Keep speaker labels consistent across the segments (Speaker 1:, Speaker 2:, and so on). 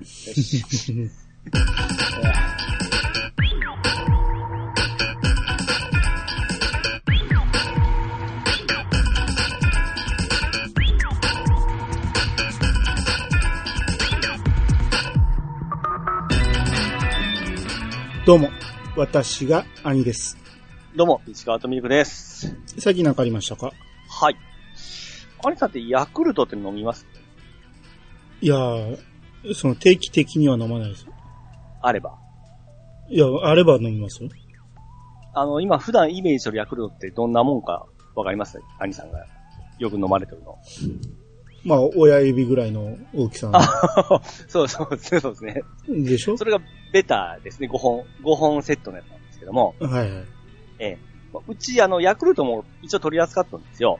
Speaker 1: し。
Speaker 2: どうも、私が兄です。
Speaker 1: どうも、石川とミルクです。
Speaker 2: 最近何かありましたか？
Speaker 1: はい。兄さんってヤクルトって飲みます？
Speaker 2: いやー、定期的には飲まないです。
Speaker 1: あれば。
Speaker 2: いや、あれば飲みますよ。
Speaker 1: 今普段イメージするヤクルトってどんなもんかわかります？兄さんがよく飲まれてるの。
Speaker 2: まあ、親指ぐらいの大きさの。
Speaker 1: そうですね。
Speaker 2: でしょ？
Speaker 1: それがベタですね。5本セットのやつなんですけども。
Speaker 2: はいはい。
Speaker 1: うちヤクルトも一応取り扱ったんですよ。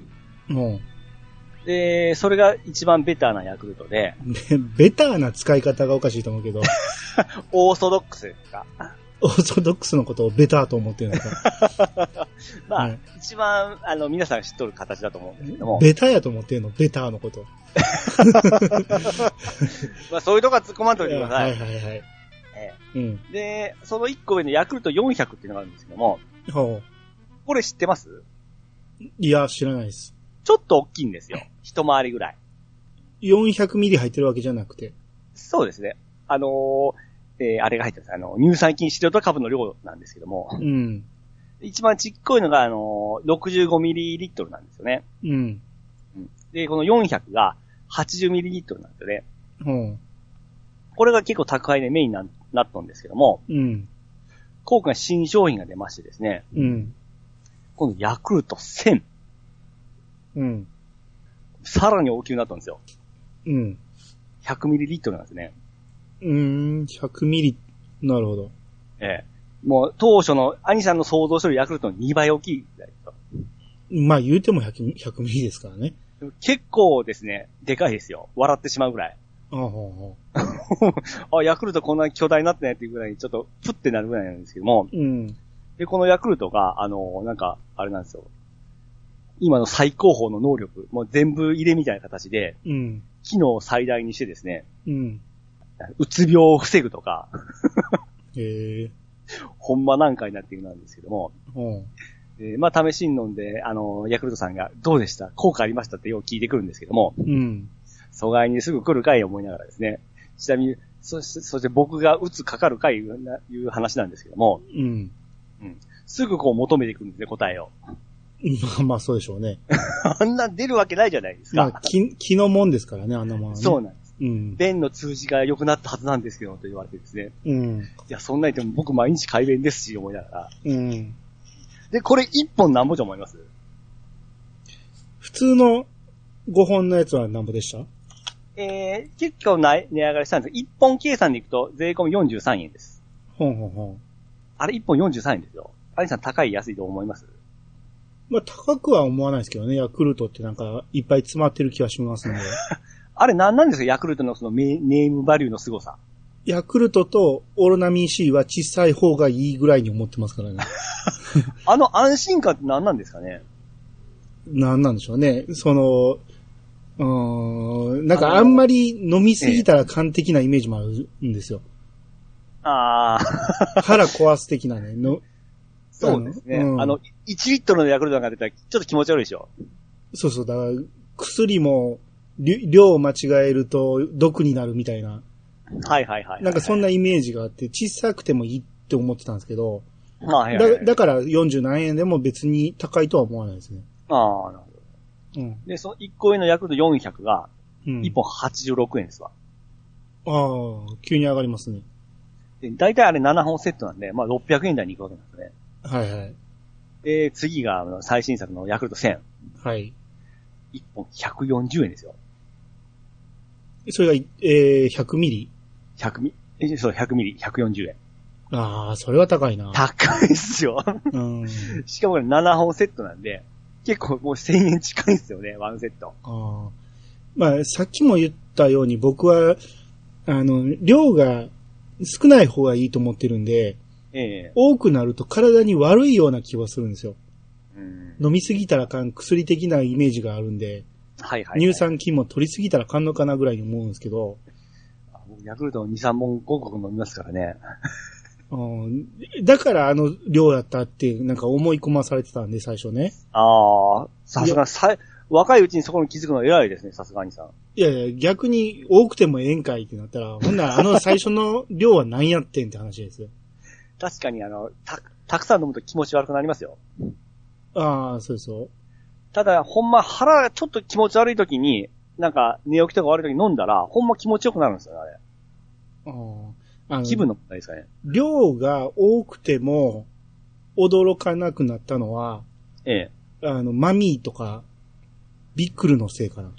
Speaker 1: で、それが一番ベターなヤクルトで。
Speaker 2: ベターな使い方がおかしいと思うけど。
Speaker 1: オーソドックスですか？
Speaker 2: オーソドックスのことをベターと思ってるのか。
Speaker 1: まあ、一番、皆さん知っとる形だと思うんですけども。
Speaker 2: ベタやと思ってるの？ベターのこと。
Speaker 1: まあ、そういうとこは突っ込まんといてください。
Speaker 2: はいはいはい。
Speaker 1: で、その1個上のヤクルト400っていうのがあるんですけども。これ知ってます？
Speaker 2: いや、知らないです。
Speaker 1: ちょっと大きいんですよ。一回りぐらい。
Speaker 2: 400ミリ入ってるわけじゃなくて。
Speaker 1: そうですね。あれが入ってます。乳酸菌シロタ株の量なんですけども。
Speaker 2: うん。
Speaker 1: 一番ちっこいのが、65ミリリットルなんですよね。
Speaker 2: うん。
Speaker 1: で、この400が80ミリリットルなんですよね。
Speaker 2: うん。
Speaker 1: これが結構高いね、メインになったんですけども。
Speaker 2: うん。
Speaker 1: 今回新商品が出ましてですね。
Speaker 2: うん。
Speaker 1: 今度ヤクルト1000。
Speaker 2: うん。
Speaker 1: さらに大きくなったんですよ。
Speaker 2: うん。
Speaker 1: 100ミリリットルなんですね。
Speaker 2: 100ミリ。なるほど。
Speaker 1: もう当初の兄さんの想像するヤクルトの2倍大きいぐらいですよ。
Speaker 2: まあ言うても100ミリですからね。
Speaker 1: 結構ですね、でかいですよ。笑ってしまうぐらい。あ、ヤクルトこんなに巨大になってないっていうぐらいちょっとプってなるぐらいなんですけども。
Speaker 2: うん。
Speaker 1: で、このヤクルトが、なんか、あれなんですよ。今の最高峰の能力、もう全部入れみたいな形で、
Speaker 2: うん。
Speaker 1: 機能を最大にしてですね、
Speaker 2: うん。
Speaker 1: うつ病を防ぐとか、ほんま難解なっていうなんですけども、まあ試しに飲んで、ヤクルトさんがどうでした？効果ありましたってよう聞いてくるんですけども、
Speaker 2: うん。
Speaker 1: 阻害にすぐ来るかい思いながらですね、ちなみに、そして僕がうつかかるかいう話なんですけども、
Speaker 2: うん。
Speaker 1: うん。すぐこう求めていくんですね、答えを。
Speaker 2: まあそうでしょうね。
Speaker 1: あんな出るわけないじゃないですか。
Speaker 2: まあ、気のもんですからね、あんなもんはね。
Speaker 1: そうなんです。
Speaker 2: うん。
Speaker 1: 便の通じが良くなったはずなんですけど、と言われてですね。
Speaker 2: うん。
Speaker 1: いや、そんな言っても僕毎日改便ですし、思いながら。
Speaker 2: うん。
Speaker 1: で、これ1本何本じゃ思います？
Speaker 2: 普通の5本のやつは何本でした？
Speaker 1: 結構値上がりしたんですけど、1本計算でいくと税込み43円です。
Speaker 2: ほん。
Speaker 1: あれ1本43円ですよ。アニさん高い安いと思います？
Speaker 2: まあ高くは思わないですけどね、ヤクルトってなんかいっぱい詰まってる気はしますね。
Speaker 1: あれ何なんですか、ヤクルトのそのネームバリューの凄さ。
Speaker 2: ヤクルトとオロナミン C は小さい方がいいぐらいに思ってますからね。
Speaker 1: 安心感って何なんですかね？
Speaker 2: なんでしょうね。なんかあんまり飲みすぎたら完璧なイメージもあるんですよ。腹壊す的なね。
Speaker 1: そうですね。1リットルのヤクルトが出たらちょっと気持ち悪いでしょ。
Speaker 2: そう、だから薬も量を間違えると毒になるみたいな。
Speaker 1: はい。
Speaker 2: なんかそんなイメージがあって、小さくてもいいって思ってたんですけど、
Speaker 1: だ
Speaker 2: から40何円でも別に高いとは思わないですね。
Speaker 1: なるほど。うん。で、その1個上のヤクルト400が、1本86円ですわ。
Speaker 2: 急に上がりますね。
Speaker 1: で、だいたいあれ7本セットなんで、まあ600円台に行くわけなんですね。
Speaker 2: はい。
Speaker 1: で、次が最新作のヤクルト1000。
Speaker 2: はい。
Speaker 1: 1本140円ですよ。
Speaker 2: それが、100ミリ
Speaker 1: そう、100ミリ、140円。
Speaker 2: それは高いな。
Speaker 1: 高いっすよ。しかもこれ7本セットなんで、結構もう1000円近いんですよね、ワンセット。
Speaker 2: まあ、さっきも言ったように僕は、量が少ない方がいいと思ってるんで、多くなると体に悪いような気はするんですよ。飲みすぎたらかん、薬的なイメージがあるんで、乳酸菌も取りすぎたらかんのかなぐらいに思うんですけど。
Speaker 1: ヤクルトの2、3本5個飲みますからね。
Speaker 2: だから量やったってなんか思い込まされてたんで、最初ね。
Speaker 1: さすが、若いうちにそこに気づくの偉いですね、さすがにさん。
Speaker 2: いやいや、逆に多くてもええんかいってなったら、ほんなら最初の量は何やってんって話ですよ。
Speaker 1: 確かにたくさん飲むと気持ち悪くなりますよ。
Speaker 2: そうそう。
Speaker 1: ただ、ほんま腹ちょっと気持ち悪い時に、なんか寝起きとか悪い時に飲んだら、ほんま気持ちよくなるんですよね、あれ。気分の問題ですかね。
Speaker 2: 量が多くても驚かなくなったのは、マミーとか、ビックルのせいか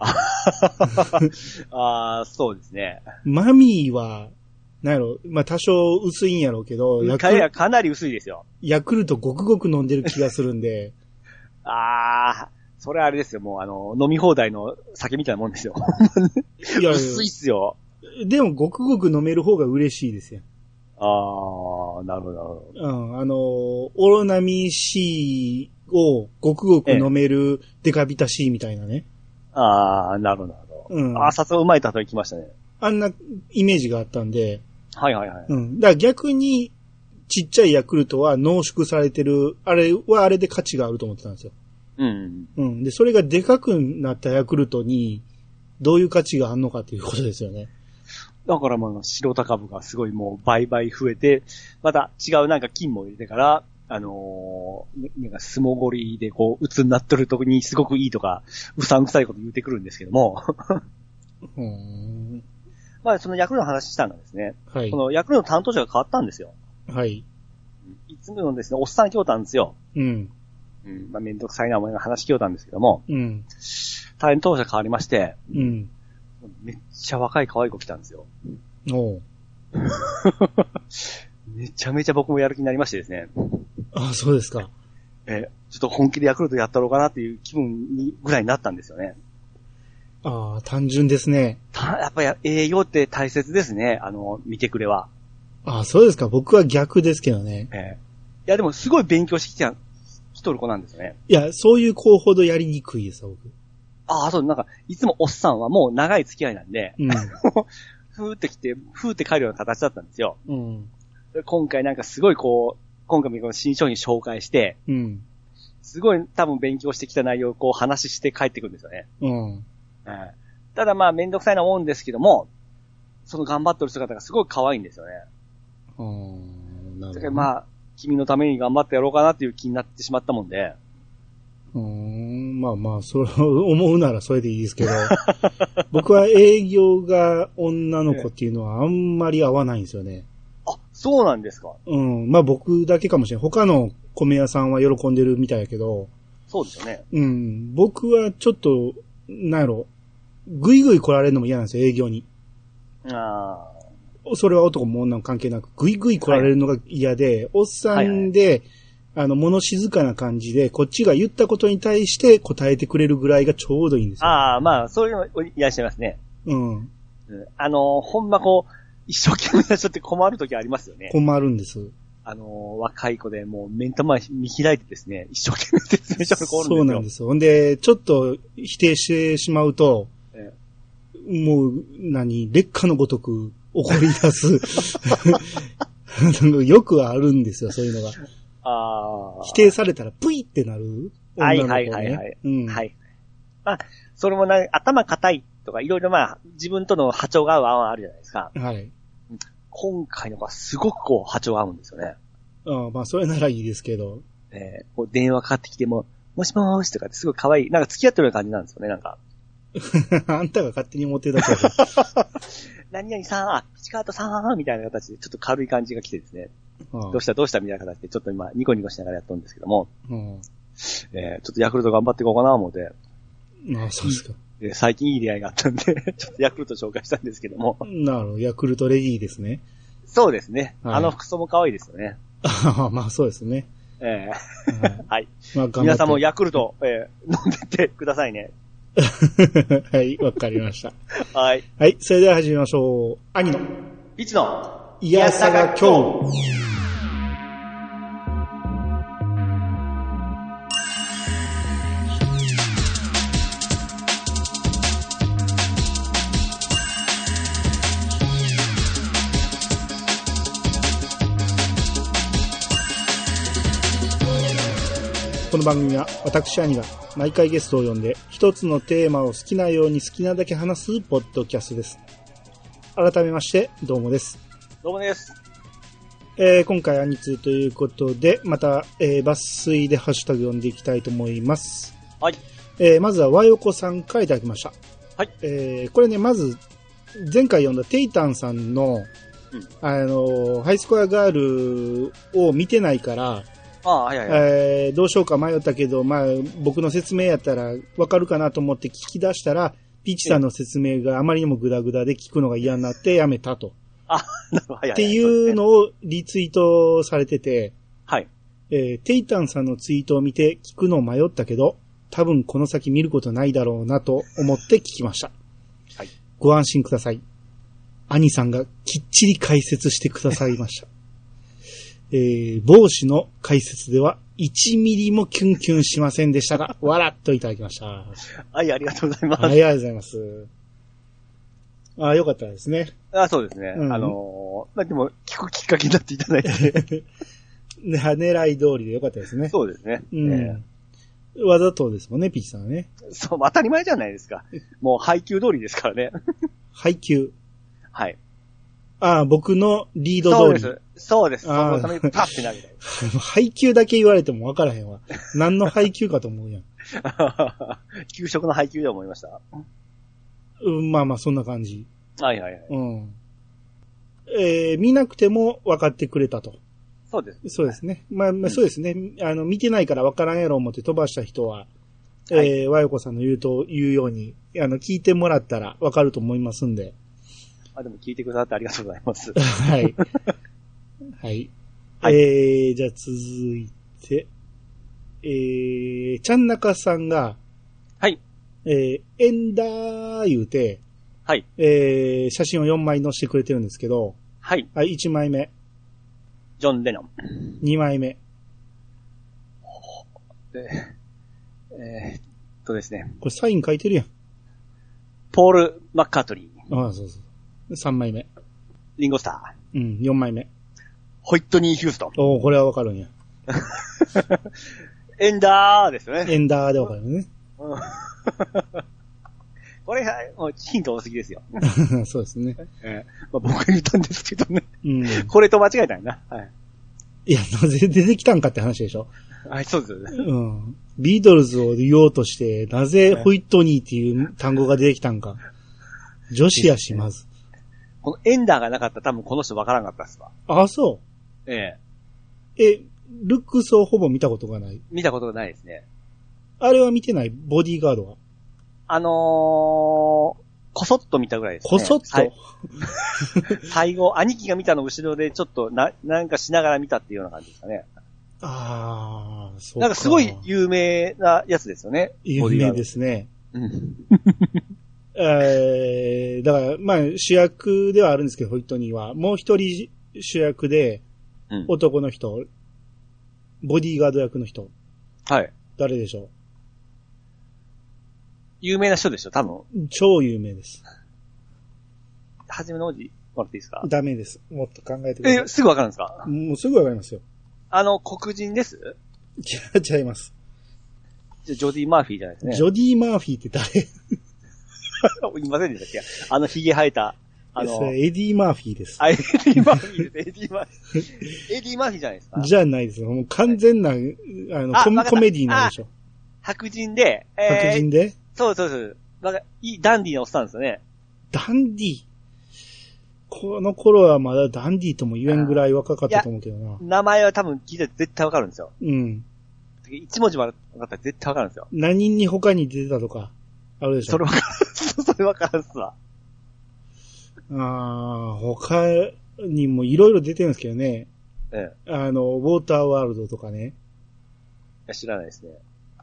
Speaker 1: な。そうですね。
Speaker 2: マミーは、なんやろ、多少薄いんやろうけど、
Speaker 1: かなり薄いですよ。
Speaker 2: ヤクルトごくごく飲んでる気がするんで。
Speaker 1: それあれですよ、もう飲み放題の酒みたいなもんですよ。いや薄いっすよ。
Speaker 2: でも、ごくごく飲める方が嬉しいですよ。
Speaker 1: なるほど。
Speaker 2: オロナミン C をごくごく飲めるデカビタ C みたいなね。
Speaker 1: なるほど。さすがうまい例えきましたね。
Speaker 2: あんなイメージがあったんで。
Speaker 1: はい。
Speaker 2: だから逆に、ちっちゃいヤクルトは濃縮されてる、あれはあれで価値があると思ってたんですよ。で、それがでかくなったヤクルトに、どういう価値があるのかっていうことですよね。
Speaker 1: だから白高部がすごいもう倍々増えて、また違うなんか金も入れてから、なんかスモゴリでこう、鬱になってる時にすごくいいとか、うさんくさいこと言ってくるんですけども。そのヤクルトの話したのがですね、
Speaker 2: はい。
Speaker 1: このヤクルトの担当者が変わったんですよ。
Speaker 2: はい。
Speaker 1: いつものですね、おっさん来ようたんですよ。めんどくさいな思いが話来ようたんですけども、担当者変わりまして、めっちゃ若い可愛い子来たんですよ。めちゃめちゃ僕もやる気になりましてですね。
Speaker 2: そうですか。
Speaker 1: ちょっと本気でヤクルトやったろうかなっていう気分にぐらいになったんですよね。
Speaker 2: 単純ですね。
Speaker 1: やっぱり営業って大切ですね。見てくれは。
Speaker 2: そうですか。僕は逆ですけどね。
Speaker 1: いやでもすごい勉強してきとる子なんですよね。
Speaker 2: いや、そういう子ほどやりにくいです、僕。
Speaker 1: そう、なんか、いつもおっさんはもう長い付き合いなんで、ふーって来て、ふーって帰るような形だったんですよ。今回なんかすごい今回もこの新商品紹介して、すごい多分勉強してきた内容を話して帰ってくるんですよね。ただめんどくさいなもんですけども、その頑張ってる姿がすごい可愛いんですよね。
Speaker 2: なるほど。
Speaker 1: だから君のために頑張ってやろうかなっていう気になってしまったもんで。
Speaker 2: それを思うならそれでいいですけど、僕は営業が女の子っていうのはあんまり合わないんですよね。
Speaker 1: そうなんですか。
Speaker 2: 僕だけかもしれない。他の米屋さんは喜んでるみたいやけど。
Speaker 1: そうですよね。
Speaker 2: 僕はちょっと、なんやろ、ぐいぐい来られるのも嫌なんですよ、営業に。それは男も女も関係なく、ぐいぐい来られるのが嫌で、おっさんで、物静かな感じで、こっちが言ったことに対して答えてくれるぐらいがちょうどいいんですよ。
Speaker 1: そういうのいらっしゃいますね。
Speaker 2: ほ
Speaker 1: んま一生懸命な人って困るときありますよね。
Speaker 2: 困るんです。
Speaker 1: 若い子でもう目ん玉見開いてですね、一生懸命説明書が困るんですよ。
Speaker 2: そうなんですよ。ほんで、ちょっと否定してしまうと、もう、劣化のごとく怒り出す。よくあるんですよ、そういうのが。否定されたら、プイってなる。
Speaker 1: はい。それも頭固いとか、いろいろ自分との波長が合う案あるじゃないですか。
Speaker 2: はい。
Speaker 1: 今回のがすごく波長が合うんですよね。
Speaker 2: それならいいですけど。
Speaker 1: 電話かかってきても、もしもーしとかってすごい可愛い。なんか付き合ってるような感じなんですよね、なんか。
Speaker 2: あんたが勝手に思ってるだけだ。
Speaker 1: 何々さん、ピチカートさんみたいな形でちょっと軽い感じが来てですね。どうしたみたいな形でちょっと今ニコニコしながらやったんですけども。ちょっとヤクルト頑張っていこうかな思って。
Speaker 2: そうですか。
Speaker 1: 最近いい出会いがあったんで、ちょっとヤクルト紹介したんですけども。
Speaker 2: なるほど、ヤクルトレディーですね。
Speaker 1: そうですね。服装も可愛いですよね。
Speaker 2: そうですね。
Speaker 1: はい。皆さんもヤクルト、飲んでってくださいね。
Speaker 2: はい、わかりました。
Speaker 1: はい。
Speaker 2: はい、それでは始めましょう。兄の、
Speaker 1: いつの、
Speaker 2: いやさが今日。 この番組は私兄が毎回ゲストを呼んで一つのテーマを好きなように好きなだけ話すポッドキャストです。改めましてどうもです。
Speaker 1: どうもです。
Speaker 2: 今回兄通ということでまた、抜粋でハッシュタグ読んでいきたいと思います。
Speaker 1: はい。
Speaker 2: まずは和横さんからいただきました。
Speaker 1: はい。
Speaker 2: これね、まず前回読んだテイタンさんの、ハイスコアガールを見てないから、
Speaker 1: はいはい。
Speaker 2: どうしようか迷ったけど、まあ僕の説明やったらわかるかなと思って聞き出したら、ピーチさんの説明があまりにもグダグダで聞くのが嫌になってやめたと。
Speaker 1: なるほど。
Speaker 2: っていうのをリツイートされてて、
Speaker 1: はい。
Speaker 2: テイタンさんのツイートを見て聞くのを迷ったけど、多分この先見ることないだろうなと思って聞きました。
Speaker 1: はい。
Speaker 2: ご安心ください。兄さんがきっちり解説してくださいました。帽子の解説では1ミリもキュンキュンしませんでしたが、笑っといただきました。
Speaker 1: はい、ありがとうございます。
Speaker 2: はい、ありがとうございます。よかったですね。
Speaker 1: そうですね。まあ、でも、聞くきっかけになっていただいて。
Speaker 2: 狙い通りでよかったですね。
Speaker 1: そうですね。
Speaker 2: わざとですもんね、ピッチさんはね。
Speaker 1: そう、当たり前じゃないですか。もう配給通りですからね。
Speaker 2: 配給。
Speaker 1: はい。
Speaker 2: 僕のリード通り。
Speaker 1: そうです。そのためにパッて投げた。
Speaker 2: 配給だけ言われても分からへんわ。何の配給かと思うやん。
Speaker 1: 給食の配給で思いました。
Speaker 2: まあまあ、そんな感じ。
Speaker 1: はいはいはい。
Speaker 2: 見なくても分かってくれたと。
Speaker 1: そうです。
Speaker 2: そうですね。まあ、そうですね。見てないから分からんやろ思って飛ばした人は、和横さんの言うように、聞いてもらったら分かると思いますんで。
Speaker 1: でも聞いてくださってありがとうございます。
Speaker 2: はい。はい。はい、じゃあ続いて、ちゃんなかさんが、
Speaker 1: はい。
Speaker 2: エンダー言うて、
Speaker 1: はい。
Speaker 2: 写真を4枚載せてくれてるんですけど、
Speaker 1: はい。
Speaker 2: はい、1枚目。
Speaker 1: ジョン・レノン。
Speaker 2: 2枚目。
Speaker 1: ですね。
Speaker 2: これサイン書いてるやん。
Speaker 1: ポール・マッカートリー。
Speaker 2: そうそう。3枚目。
Speaker 1: リンゴスタ
Speaker 2: ー。4枚目。
Speaker 1: ホイットニー・ヒューストン。
Speaker 2: これはわかるんや。
Speaker 1: エンダーですよね。
Speaker 2: エンダーでわかるね。
Speaker 1: これは、もうヒント多すぎですよ。
Speaker 2: そうですね。
Speaker 1: まあ、僕が言ったんですけどね。
Speaker 2: こ
Speaker 1: れと間違えたんやな。はい。
Speaker 2: いや、なぜ出てきたんかって話でしょ。
Speaker 1: はい、そうですよね。
Speaker 2: ビートルズを言おうとして、なぜホイットニーっていう単語が出てきたんか。女子やし、まず。
Speaker 1: このエンダーがなかったら多分この人わからなかったっす
Speaker 2: わ。そう。ルックスをほぼ見たことがない。
Speaker 1: 見たことがないですね。
Speaker 2: あれは見てない？ボディーガードは。
Speaker 1: こそっと見たぐらいですね。
Speaker 2: こそっと、はい、
Speaker 1: 最後、兄貴が見たの後ろでちょっとなんかしながら見たっていうような感じですかね。
Speaker 2: そうか。
Speaker 1: なんかすごい有名なやつですよね。
Speaker 2: 有名ですね。だから、まあ主役ではあるんですけど、ホイットニーは。もう一人主役で、男の人、ボディーガード役の人。
Speaker 1: はい。
Speaker 2: 誰でしょう？
Speaker 1: 有名な人でしょ、多分。
Speaker 2: 超有名です。
Speaker 1: はじめの王子、もらっていいですか？
Speaker 2: ダメです。もっと考えてください。
Speaker 1: すぐわかるんですか？
Speaker 2: もうすぐわかりますよ。
Speaker 1: 黒人です？
Speaker 2: 違います。
Speaker 1: ジョディ・マーフィーじゃないですね。
Speaker 2: ジョディ・マーフィーって誰？
Speaker 1: いませんでしたっけ？髭生えた。
Speaker 2: エディ・マーフィーです。
Speaker 1: エディ・マーフィーです。エディ・マーフィー。エディ・マーフィーじゃないですか？
Speaker 2: じゃないですよ。もう完全な、コメディなんでしょ。
Speaker 1: 白人で、
Speaker 2: 白人で？
Speaker 1: そうそうそう。ダンディーなおっさんですよね。
Speaker 2: ダンディこの頃はまだダンディとも言えんぐらい若かったと思うけどな。
Speaker 1: 名前は多分聞いたら絶対わかるんですよ。一文字も分かったら絶対わかるんですよ。
Speaker 2: 何に他に出てたとか、あるでしょ。
Speaker 1: それわかるっすわ。
Speaker 2: 他にもいろいろ出てるんですけどね。ウォーターワールドとかね。
Speaker 1: いや、知らないですね。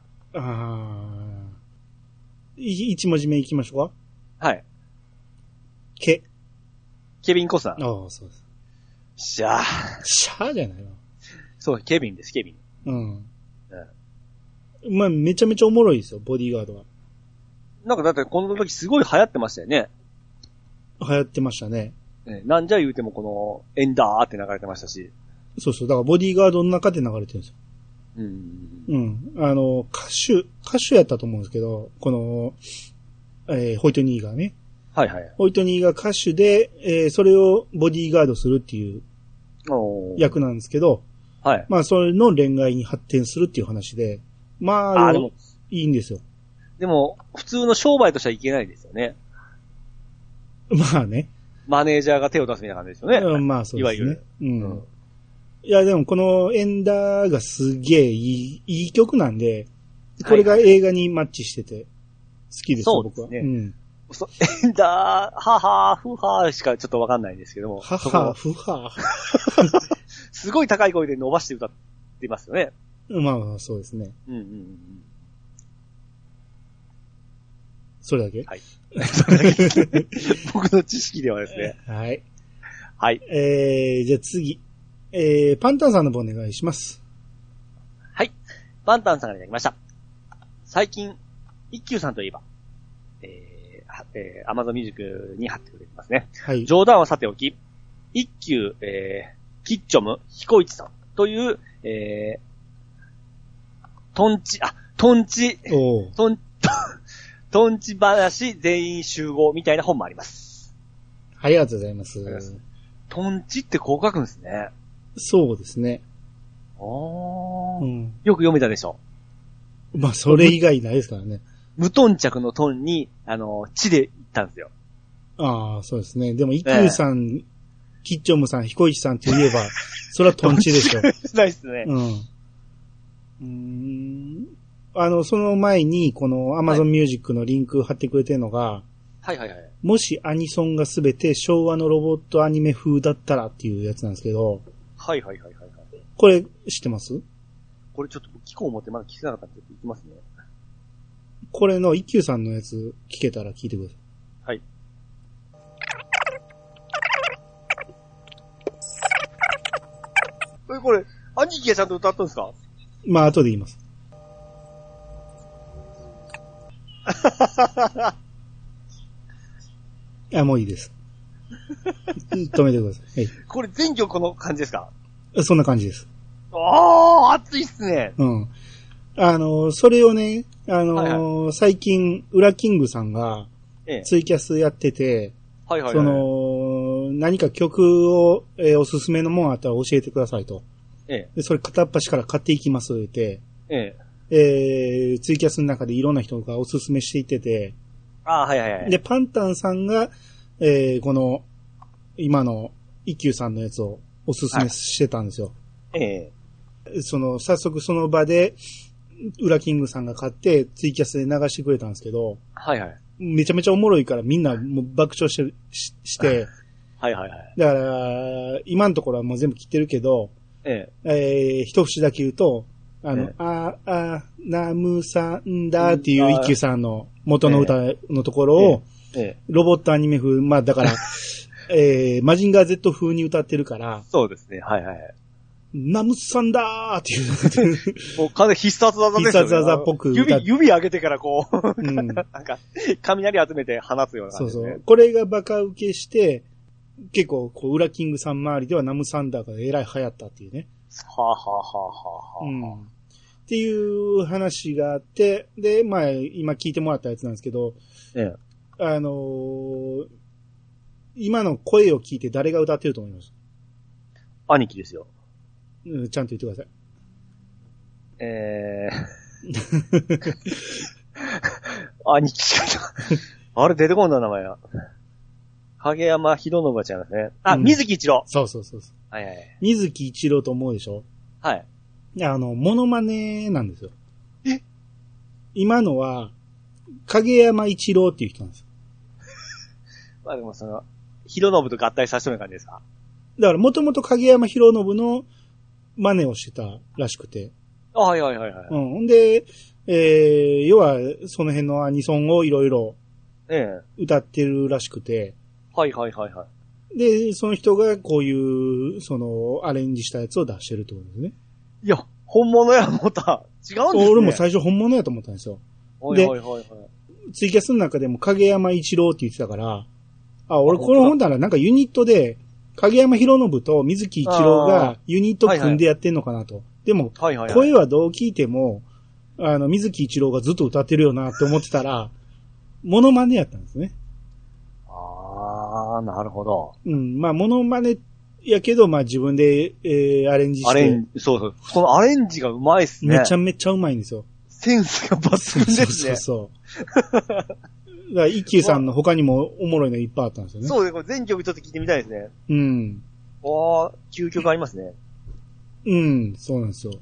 Speaker 2: 一文字目行きましょう
Speaker 1: か。はい。
Speaker 2: ケ
Speaker 1: ビン・コスナー。
Speaker 2: そうです。
Speaker 1: シャー
Speaker 2: じゃないの。
Speaker 1: そう、ケビンです、ケビ
Speaker 2: ン。まあ、めちゃめちゃおもろいですよ、ボディーガードは。
Speaker 1: なんかだってこの時すごい流行ってましたよね。
Speaker 2: 流行ってましたね。
Speaker 1: なんじゃ言うてもこの、エンダーって流れてましたし。
Speaker 2: そうそう、だからボディーガードの中で流れてるんですよ。
Speaker 1: うん。
Speaker 2: うん。歌手やったと思うんですけど、この、ホイトニーがね。
Speaker 1: はいはい。
Speaker 2: ホイトニーが歌手で、それをボディーガードするっていう役なんですけど、
Speaker 1: はい。
Speaker 2: まあ、それの恋愛に発展するっていう話で、まあ、でもいいんですよ。
Speaker 1: でも、普通の商売としてはいけないですよね。
Speaker 2: まあね。
Speaker 1: マネージャーが手を出すみたいな感じですよね。
Speaker 2: うん、まあそうですね。
Speaker 1: いわゆる。
Speaker 2: うん。いや、でもこのエンダーがすげえいい曲なんで、これが映画にマッチしてて、好きですよ、僕は。
Speaker 1: そうですね。うん。エンダー、ははー、ふはーしかちょっとわかんないんですけども。
Speaker 2: ははー、ふは
Speaker 1: ー。すごい高い声で伸ばして歌ってますよね。
Speaker 2: まあ、そうですね。
Speaker 1: うんうんうん。
Speaker 2: それだけ？
Speaker 1: はい。それだけですね。僕の知識ではですね。
Speaker 2: はい。
Speaker 1: はい。
Speaker 2: じゃあ次。パンタンさんの方お願いします。
Speaker 1: はい。パンタンさんがいただきました。最近、一休さんといえば、Amazon Music に貼ってくれてますね。
Speaker 2: はい。
Speaker 1: 冗談はさておき、一休、キッチョム、彦一さんという、トンチ話全員集合みたいな本もあります。
Speaker 2: はい、ありがとうございます。
Speaker 1: トンチってこう書くんですね。
Speaker 2: そうですね。
Speaker 1: うん。よく読めたでしょ。
Speaker 2: まあ、それ以外ないですからね。
Speaker 1: 無頓着のトンに、地で言ったんですよ。
Speaker 2: ああ、そうですね。でも、イクさん、キッチョムさん、彦一さんといえば、それはトンチでしょ。
Speaker 1: ないっすね。
Speaker 2: うん。その前に、この Amazon Music のリンク貼ってくれてるのが、
Speaker 1: はいはいはい。
Speaker 2: もしアニソンがすべて昭和のロボットアニメ風だったらっていうやつなんですけど、
Speaker 1: はいはいはいはい。
Speaker 2: これ知ってます？
Speaker 1: これちょっと聞こう思ってまだ聞けなかったんで言ってますね。
Speaker 2: これの一休さんのやつ聞けたら聞いてください。
Speaker 1: はい。これ、兄貴がちゃんと歌ったんですか？
Speaker 2: まあ、後で言います。もういいです。止めてください。はい、
Speaker 1: これ全曲この感じですか？
Speaker 2: そんな感じです。
Speaker 1: 熱いっすね。
Speaker 2: うん。それをね、最近、ウラキングさんが、ツイキャスやってて、何か曲を、おすすめのものあったら教えてくださいと。で、それ片っ端から買っていきます、言って。ツイキャスの中でいろんな人がおすすめしていってて。で、パンタンさんが、この、今の一休さんのやつをおすすめしてたんですよ。早速その場で、ウラキングさんが買ってツイキャスで流してくれたんですけど、めちゃめちゃおもろいからみんなもう爆笑して、だから、今のところはもう全部切ってるけど、一節だけ言うと、ナムさんだっていう一休さんの元の歌のところを、ロボットアニメ風、まあだから、マジンガー Z 風に歌ってるから、
Speaker 1: そうですね、
Speaker 2: ナムさんだーっていう。
Speaker 1: もう完全必殺技ですよね。
Speaker 2: 必殺技っぽく
Speaker 1: 指上げてからこう、なんか、雷集めて放つような感じで、ね。そう。
Speaker 2: これがバカ受けして、結構、ウラキングさん周りではナムサンダーがえらい流行ったっていうね。っていう話があって、で、まあ、今聞いてもらったやつなんですけど、今の声を聞いて誰が歌ってると思います？
Speaker 1: 兄貴ですよ。
Speaker 2: ちゃんと言ってください。
Speaker 1: 兄貴しかあれ出てこんだ名前が。影山秀信ちゃんですね。水木一郎。
Speaker 2: そう。水木一郎と思うでしょ？モノマネなんですよ。今のは、影山一郎っていう人なんですよ。
Speaker 1: まあでも秀信と合体させたような感じですか？
Speaker 2: だからもともと影山秀信の真似をしてたらしくて。んで、要は、その辺のアニソンをいろいろ歌ってるらしくて。で、その人がこういう、アレンジしたやつを出してるってことですね。
Speaker 1: いや、本物や思った。違うんですね。
Speaker 2: 俺も最初本物やと思ったんですよ。で、ツイキャスの中でも影山一郎って言ってたから、俺この本ならなんかユニットで、影山博信と水木一郎がユニット組んでやってんのかなと。 でも、はいはいはい、声はどう聞いても、水木一郎がずっと歌ってるよなって思ってたら、モノマネやったんですね。
Speaker 1: あー、なるほど。
Speaker 2: うん。まあ、モノマネやけど、まあ自分で、アレンジして。
Speaker 1: そうそう。そのアレンジがうまいっすね。
Speaker 2: めちゃめちゃうまいんですよ。
Speaker 1: センスが抜群ですね。
Speaker 2: そうだから一休さんの他にもおもろいのいっぱいあったんですよね。
Speaker 1: そうです。これ全曲ちょっと聞いてみたいですね。
Speaker 2: うん。
Speaker 1: 究極ありますね。
Speaker 2: うん、そうなんですよ。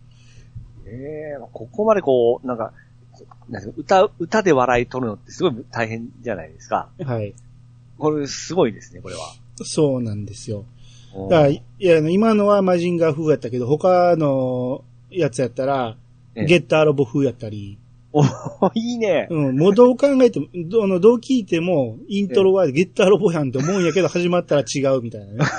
Speaker 1: ここまでこう、なんか歌で笑い取るのってすごい大変じゃないですか。
Speaker 2: はい。
Speaker 1: これすごいですね、これは。
Speaker 2: そうなんですよ。だから今のはマジンガー風やったけど、他のやつやったら、ゲッターロボ風やったり。
Speaker 1: いいね。
Speaker 2: うん、もうどう考えても、どう聞いても、イントロはゲッターロボやんって思うんやけど、始まったら違うみたいなね。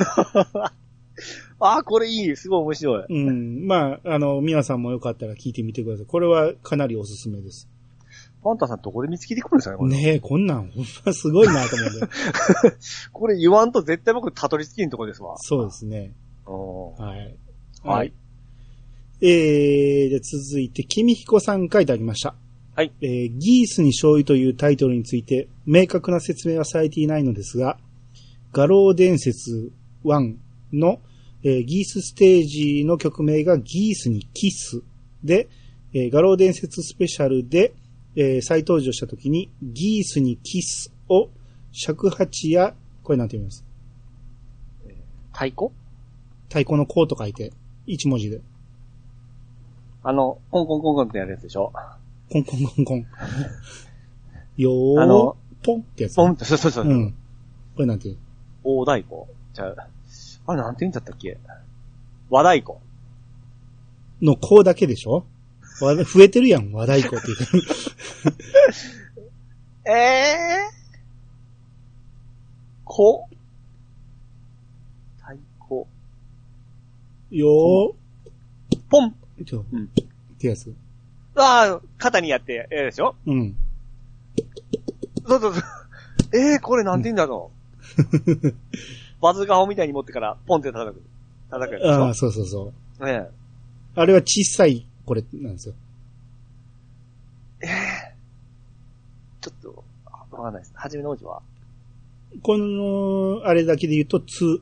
Speaker 1: これいい。すごい面白い。
Speaker 2: うん。まあ、皆さんもよかったら聞いてみてください。これはかなりおすすめです。
Speaker 1: パンタさんどこで見つけてくるんですかね、これ。
Speaker 2: ねえ、こんなんほんますごいなと思うんで。
Speaker 1: これ言わんと絶対僕たどり着きんとこですわ。
Speaker 2: そうですね。
Speaker 1: はい。
Speaker 2: はい。で、続いて、君彦さんからいただきました。
Speaker 1: はい。
Speaker 2: ギースに醤油というタイトルについて、明確な説明はされていないのですが、画廊伝説1の、ギースステージの曲名がギースにキスで、画廊伝説スペシャルで、再登場したときに、ギースにキスを尺八や、これなんて言います？
Speaker 1: 太鼓？
Speaker 2: 太鼓の鼓と書いて、一文字で。
Speaker 1: コンコンコンコンってやるやつでしょ？
Speaker 2: コンコンコンコン。よー、ポンってやつ。
Speaker 1: ポンって、そう。
Speaker 2: うん。これなんて言う？
Speaker 1: 大太鼓？じゃあれなんて言うんだったっけ？和太鼓。
Speaker 2: の鼓だけでしょ？増えてるやん、和太鼓って言う。
Speaker 1: 鼓？太鼓。
Speaker 2: よー、
Speaker 1: ポン！
Speaker 2: うん。ってやつ。
Speaker 1: 肩にやってやるでしょ？
Speaker 2: うん。
Speaker 1: そう。これなんて言うんだろう。バズーカ砲みたいに持ってからポンって叩くやつでしょ？
Speaker 2: そう。あれは小さい、これなんですよ。
Speaker 1: ちょっと、わかんないです。はじめの文字は
Speaker 2: この、あれだけで言うと、つ。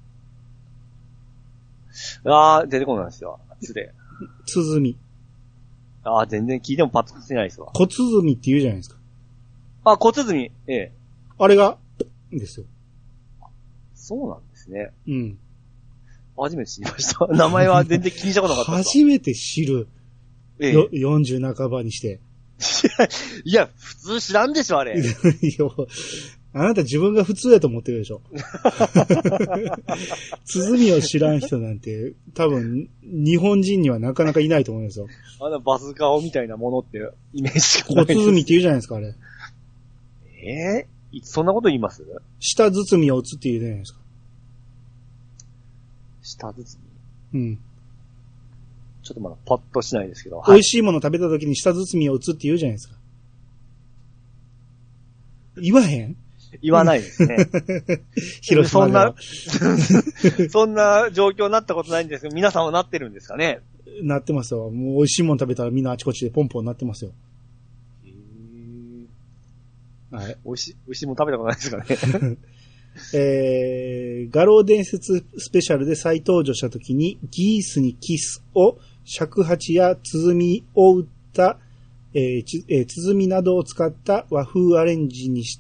Speaker 1: 出てこないですよ。つで。
Speaker 2: つづみ。
Speaker 1: 全然聞いてもパッとせないですわ。
Speaker 2: 小鼓って言うじゃないですか。
Speaker 1: 小鼓。
Speaker 2: あれが、ですよ。
Speaker 1: そうなんですね。
Speaker 2: うん。
Speaker 1: 初めて知りました。名前は全然気にしたことなかった。
Speaker 2: 初めて知る。40半ばにして。
Speaker 1: いや、普通知らんでしょ、あれ。
Speaker 2: あなた自分が普通やと思ってるでしょ。鼓を知らん人なんて、多分、日本人にはなかなかいないと思うんですよ。
Speaker 1: バズーカ砲みたいなものってイメージがないです。
Speaker 2: 小鼓って言うじゃないですか、あれ。
Speaker 1: いつそんなこと言います？
Speaker 2: 下包みを打つって言うじゃないですか。
Speaker 1: 下包
Speaker 2: み？うん。
Speaker 1: ちょっとまだパッとしないですけど。
Speaker 2: 美味しいもの食べた時に下包みを打つって言うじゃないですか。言わへん？
Speaker 1: 言わないですね。
Speaker 2: 広島では
Speaker 1: そんな状況になったことないんですけど、皆さんはなってるんですかね？
Speaker 2: なってますよ。もう美味しいもの食べたらみんなあちこちでポンポンなってますよ。
Speaker 1: はい。美味しいもの食べたことないですからね。
Speaker 2: 画廊伝説スペシャルで再登場した時にギースにキスを尺八や鼓を打った、鼓などを使った和風アレンジに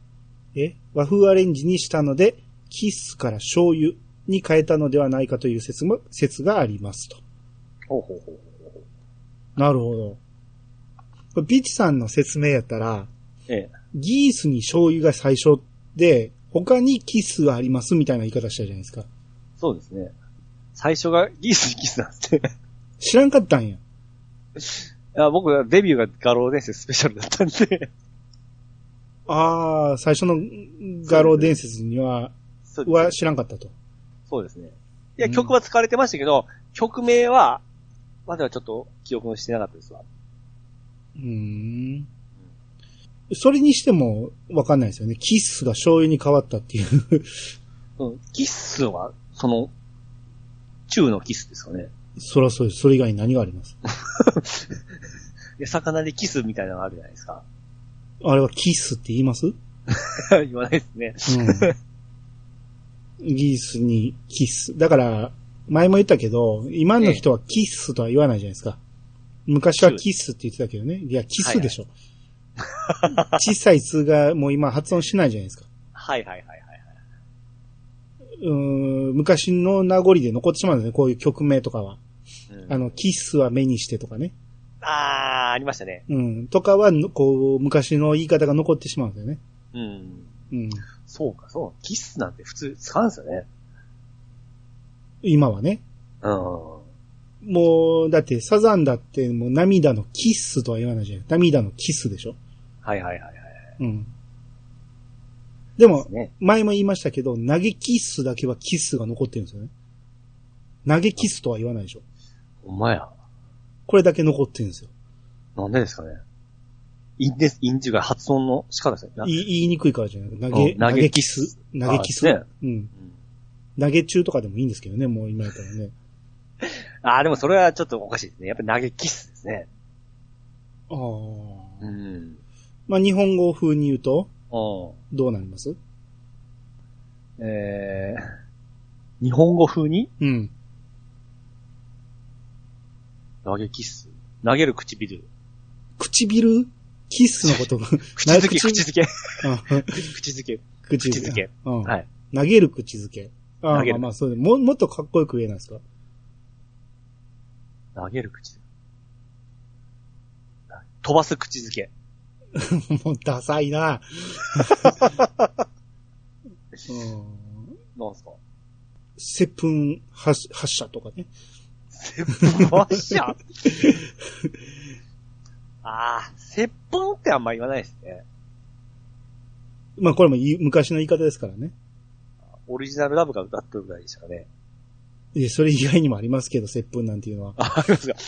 Speaker 2: したのでキスから醤油に変えたのではないかという説がありますと。
Speaker 1: ほう。
Speaker 2: なるほど。これピチさんの説明やったら、ギースに醤油が最初で他にキスがありますみたいな言い方したじゃないですか。
Speaker 1: そうですね。最初がギースにキスなんですね。
Speaker 2: 知らんかったんや。
Speaker 1: 僕はデビューが画廊伝説スペシャルだったんで。
Speaker 2: 最初の画廊伝説には知らんかったと。
Speaker 1: そうですね。いや、曲は使われてましたけど、曲名は、まだはちょっと記憶してなかったですわ。
Speaker 2: それにしてもわかんないですよね。キスが醤油に変わったっていう。
Speaker 1: キスは、チューのキスですかね。
Speaker 2: そらそうです。それ以外に何があります
Speaker 1: 魚でキスみたいなのがあるじゃないですか。
Speaker 2: あれはキスって言います
Speaker 1: 言わないですね。
Speaker 2: うん。ギースにキス。だから、前も言ったけど、今の人はキスとは言わないじゃないですか。昔はキスって言ってたけどね。いや、キスでしょ。小さい数がもう今発音しないじゃないですか。
Speaker 1: はいはいはいはい。
Speaker 2: 昔の名残で残ってしまうんですね。こういう曲名とかは。キスは目にしてとかね。
Speaker 1: ありましたね。
Speaker 2: うん。とかは、こう、昔の言い方が残ってしまうんですよね。
Speaker 1: うん。そうか、そう。キスなんて普通使うんですよね。
Speaker 2: 今はね。もう、だってサザンだってもう涙のキッスとは言わないじゃん。涙のキスでしょ。
Speaker 1: はいはいはいはい。
Speaker 2: うん。でも、前も言いましたけど、投げキッスだけはキスが残ってるんですよね。投げキスとは言わないでしょ。
Speaker 1: ほんまや。
Speaker 2: これだけ残ってるんですよ。
Speaker 1: なんでですかね。インっていうか発音の仕方ですね。
Speaker 2: 言いにくいからじゃない。投げキス。投げキス。
Speaker 1: ね。
Speaker 2: うん。投げ中とかでもいいんですけどね、もう今やったらね。
Speaker 1: でもそれはちょっとおかしいですね。やっぱ投げキスですね。
Speaker 2: まあ、日本語風に言うと、どうなります？
Speaker 1: 日本語風に？
Speaker 2: うん。
Speaker 1: 投げキス。投げる唇。
Speaker 2: 唇？キスのこと
Speaker 1: 口づけ。口づけ。口づけ。
Speaker 2: はい。投げる口づけ。まあそうでもっとかっこよく言えないですか？
Speaker 1: 投げる口づけ。飛ばす口づけ。
Speaker 2: もうダサいな。
Speaker 1: なんすか？
Speaker 2: 接吻発射とかね。
Speaker 1: 接吻発射接吻ってあんま言わないですね。
Speaker 2: まあこれも昔の言い方ですからね。
Speaker 1: オリジナルラブが歌ってるぐらいでしたかね。
Speaker 2: それ以外にもありますけど、接吻なんていうのは。
Speaker 1: ありますか。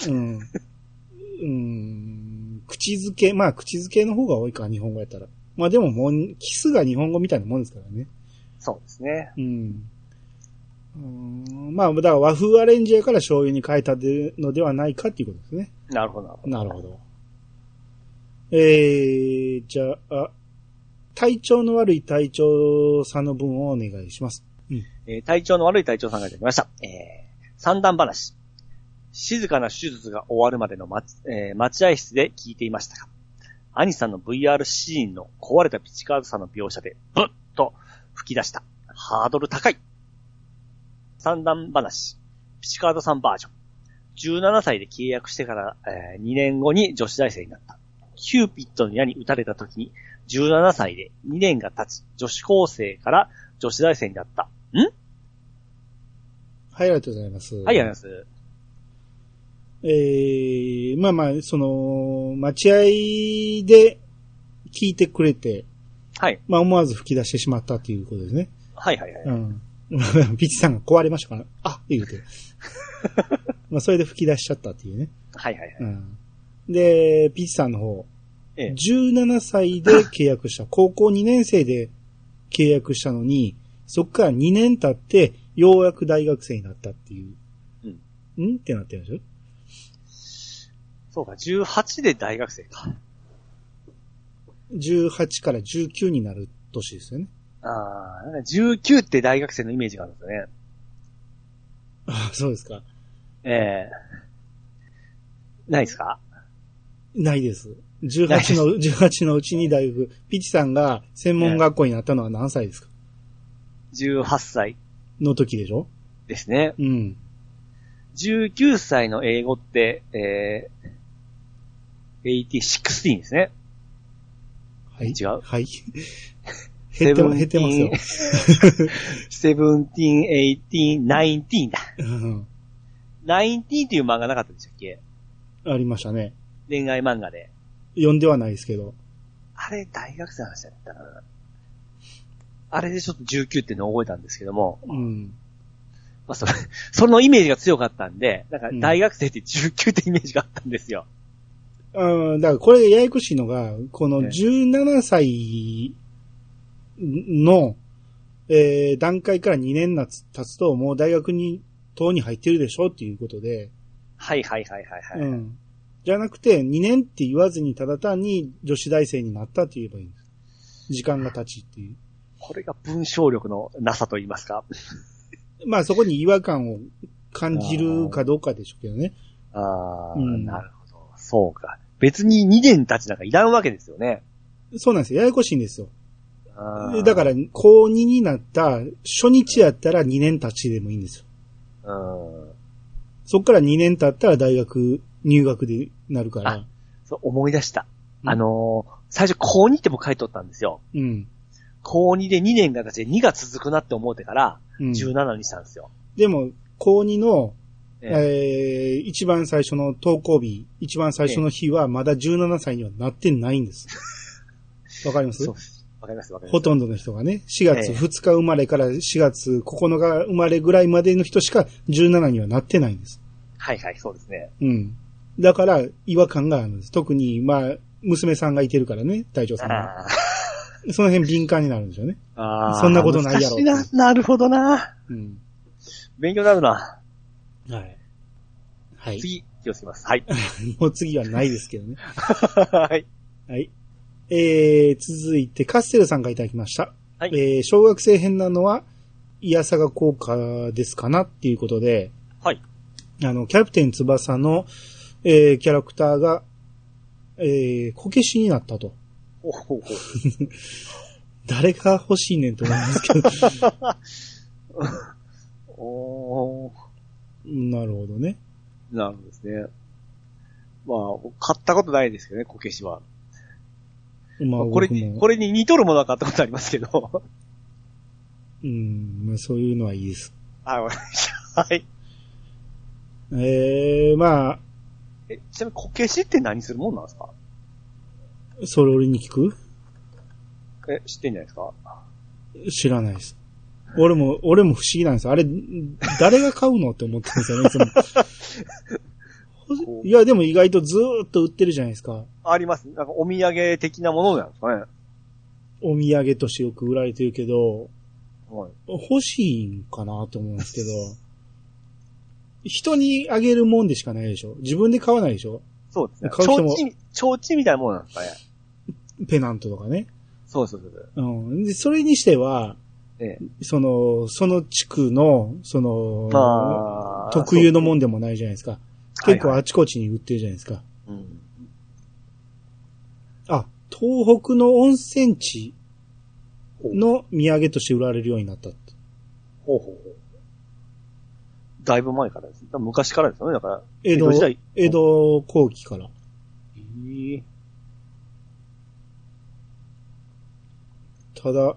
Speaker 2: 口づけ、まあ口づけの方が多いか、日本語やったら。まあでももう、キスが日本語みたいなもんですからね。
Speaker 1: そうですね。
Speaker 2: まあ、だから和風アレンジやから醤油に変えたのではないかっていうことですね。
Speaker 1: なるほど。
Speaker 2: なるほど。じゃあ、体調の悪い隊長さんの分をお願いします。
Speaker 1: 体調の悪い隊長さんがいただきました。三段話。静かな手術が終わるまでの待合室で聞いていましたが、兄さんの VR シーンの壊れたピチカードさんの描写で、ブッと吹き出した。ハードル高い。三段話。ピチカードさんバージョン。17歳で契約してから、2年後に女子大生になった。キューピッドの矢に撃たれた時に、17歳で2年が経ち、女子高生から女子大生になった。はい、
Speaker 2: ありがとうございます。
Speaker 1: はい、ありがとうございます。
Speaker 2: まあまあ、待合で聞いてくれて、
Speaker 1: はい。
Speaker 2: まあ思わず吹き出してしまったっていうことですね。
Speaker 1: はいはいはい。
Speaker 2: ピチさんが壊れましたから、言うて。まあそれで吹き出しちゃったっていうね。
Speaker 1: はいはいはい。
Speaker 2: で、ピチさんの方、17歳で契約した。高校2年生で契約したのに、そっから2年経って、ようやく大学生になったっていう。ってなってるんでしょ？
Speaker 1: そうか、18で大学生か。
Speaker 2: 18から19になる年ですよね。
Speaker 1: 19って大学生のイメージがあるんですよね。
Speaker 2: そうですか。
Speaker 1: ないですか？
Speaker 2: ないです。18のうちに大学。ピチさんが専門学校になったのは何歳ですか
Speaker 1: ？18歳。
Speaker 2: の時でしょ？
Speaker 1: ですね。19歳の英語って、16ですね。
Speaker 2: はい。違
Speaker 1: う？
Speaker 2: はい。減ってますよ。
Speaker 1: 17、18、19だ。19っていう漫画なかったでしたっけ？
Speaker 2: ありましたね。
Speaker 1: 恋愛漫画で。
Speaker 2: 読んではないですけど。
Speaker 1: あれ、大学生の話だったかな。あれでちょっと19っていうのを覚えたんですけども。まあそのイメージが強かったんで、なんか大学生って19ってイメージがあったんですよ。
Speaker 2: だからこれややこしいのが、この17歳の、段階から2年経つともう大学に、等に入ってるでしょっていうことで、
Speaker 1: はいはいはいはいはい。
Speaker 2: じゃなくて、2年って言わずにただ単に女子大生になったって言えばいいんです。時間が経ちっていう。
Speaker 1: これが文章力のなさと言いますか。
Speaker 2: まあそこに違和感を感じるかどうかでしょうけどね。
Speaker 1: なるほど。そうか。別に2年経ちなんかいらんわけですよね。
Speaker 2: そうなんですよ。ややこしいんですよ。だから、高2になった初日やったら2年経ちでもいいんですよ。そっから2年経ったら大学入学でなるから。
Speaker 1: そう思い出した。最初高2って僕書いとったんですよ。高2で2年が経ちで2が続くなって思ってから、17にしたんですよ。
Speaker 2: でも、高2の、一番最初の登校日、一番最初の日はまだ17歳にはなってないんです。わかります？
Speaker 1: そうです。わかりますわかります。
Speaker 2: ほとんどの人がね、4月2日生まれから4月9日生まれぐらいまでの人しか17にはなってないんです。
Speaker 1: はいはい、そうですね。
Speaker 2: だから、違和感があるんです。特に、まあ、娘さんがいてるからね、隊長さんが。その辺敏感になるんですよね。そんなことないやろ。
Speaker 1: なるほどな。勉強になるな。
Speaker 2: はい。
Speaker 1: 次、気をつけます。はい。
Speaker 2: もう次はないですけどね。
Speaker 1: はい。
Speaker 2: はい。続いて、カステルさんがいただきました。
Speaker 1: はい。
Speaker 2: 小学生編なのは、イヤサガ効果ですかなっていうことで、
Speaker 1: はい。
Speaker 2: キャプテン翼の、キャラクターが、こけしになったと。誰が欲しいねんと思いますけど。なるほどね。
Speaker 1: なるほどですね。まあ、買ったことないですけどね、こけしは。まあ、これに似とるものは買ったことありますけど。
Speaker 2: まあ、そういうのはいいです。
Speaker 1: わかりました。はい。
Speaker 2: まあ。
Speaker 1: ちなみにこけしって何するもんなんですか？
Speaker 2: それ俺に聞く？
Speaker 1: 知ってんじゃないですか？
Speaker 2: 知らないです。俺も不思議なんです。あれ、誰が買うのって思ってるんですよね、いつも。いや、でも意外とずーっと売ってるじゃないですか。
Speaker 1: あります。なんかお土産的なものなんですかね。
Speaker 2: お土産としてよく売られてるけど、欲しいんかなと思うんですけど、人にあげるもんでしかないでしょ。自分で買わないでしょ。
Speaker 1: そうですね。提灯みたいなものなんですかね。
Speaker 2: ペナントとかね。
Speaker 1: そう。
Speaker 2: で、それにしては、その地区の、特有のもんでもないじゃないですか。結構あちこちに売ってるじゃないですか。東北の温泉地の土産として売られるようになったって。
Speaker 1: ほう。だいぶ前からです。昔からですよね。だから、
Speaker 2: 江戸時代。江戸後期から。ただ、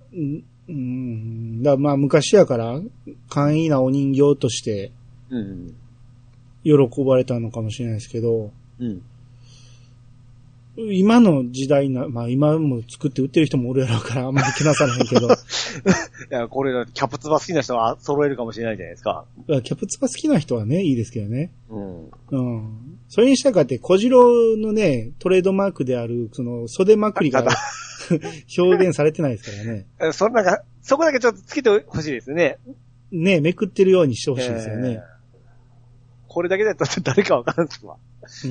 Speaker 2: まあ昔やから簡易なお人形として喜ばれたのかもしれないですけど、今の時代まあ今も作って売ってる人もおるやろうからあんまり気なさらへんけど。い
Speaker 1: や、これキャプツバ好きな人は揃えるかもしれないじゃないですか。
Speaker 2: キャプツバ好きな人はね、いいですけどね。それにしたかって小次郎のね、トレードマークである、その袖まくりが表現されてないですからね。
Speaker 1: そこだけちょっとつけてほしいですね。
Speaker 2: ね、めくってるようにしてほしいですよね。
Speaker 1: これだけだと誰かわからんすわ。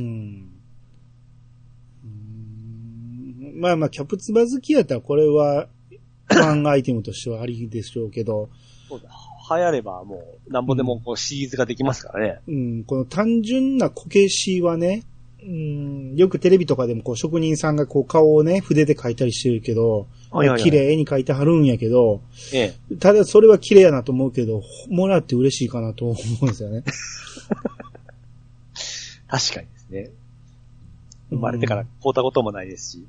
Speaker 2: まあ、キャプツバ好きやったらこれは、ワンアイテムとしてはありでしょうけど。
Speaker 1: そうだ。流行ればもう、なんぼでもこうシリーズができますからね。
Speaker 2: この単純なこけしはね、よくテレビとかでもこう職人さんがこう顔をね、筆で描いたりしてるけど、綺麗に描いてはるんやけど、ただそれは綺麗やなと思うけど、もらって嬉しいかなと思うんですよね。
Speaker 1: 確かにですね。生まれてから買うたこともないですし。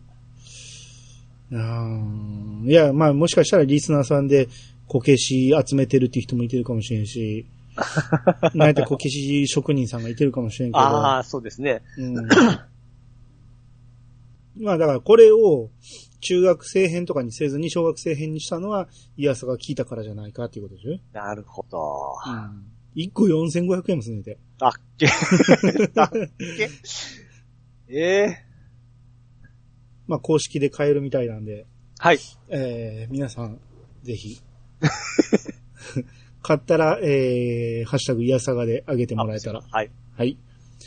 Speaker 2: いや、まあもしかしたらリスナーさんでこけし集めてるっていう人もいてるかもしれんし、なんやったらこけし職人さんがいてるかもしれんけど。
Speaker 1: そうですね。
Speaker 2: まあだからこれを中学生編とかにせずに小学生編にしたのは、イヤサが効いたからじゃないかっていうことでしょ。
Speaker 1: なるほど。
Speaker 2: 1個4500円もすんねんて。まあ公式で買えるみたいなんで。
Speaker 1: はい。
Speaker 2: 皆さん、ぜひ、 買ったら、ハッシュタグいやさがで上げてもらえたら。
Speaker 1: はい。
Speaker 2: はい。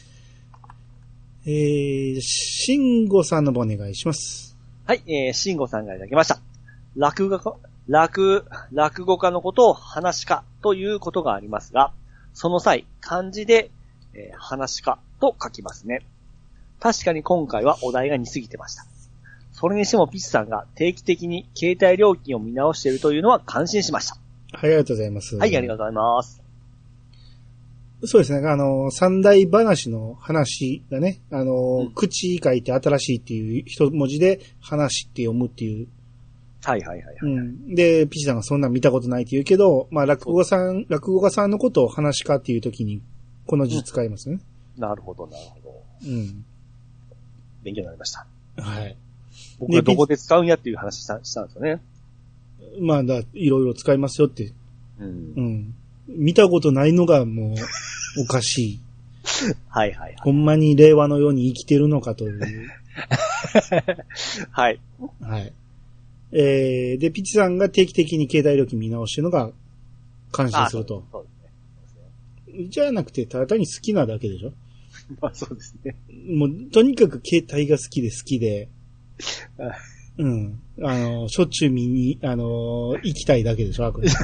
Speaker 2: 慎吾さんの方お願いします。
Speaker 1: はい、慎吾さんがいただきました。落語家のことを話し家ということがありますが、その際、漢字で、話し家と書きますね。確かに今回はお題が似すぎてました。それにしてもピッチさんが定期的に携帯料金を見直しているというのは感心しました。
Speaker 2: はい、ありがとうございます。
Speaker 1: はい、ありがとうございます。
Speaker 2: そうですね。三大話の話がね、口書いて新しいっていう一文字で話って読むっていう。
Speaker 1: はいはいはい、はい。うん。
Speaker 2: で、ピチさんがそんなん見たことないって言うけど、まあ落語家さんのことを話家っていう時に、この字使いますね。
Speaker 1: なるほど、なるほど。
Speaker 2: うん。
Speaker 1: 勉強になりました。
Speaker 2: はい。
Speaker 1: 僕がどこで使うんやっていう話したんですよね。
Speaker 2: まあいろいろ使いますよって。
Speaker 1: うん。
Speaker 2: うん。見たことないのがもう、おかしい。
Speaker 1: はいはいはい。
Speaker 2: ほんまに令和のように生きてるのかという。
Speaker 1: はい。
Speaker 2: はい。で、ピチさんが定期的に携帯料金見直してるのが、感心すると。
Speaker 1: そうです
Speaker 2: ね。じゃなくて、ただ単に好きなだけでしょ。
Speaker 1: まあそうですね。
Speaker 2: もう、とにかく携帯が好きで、うん。しょっちゅう見に、行きたいだけでしょ、これ。い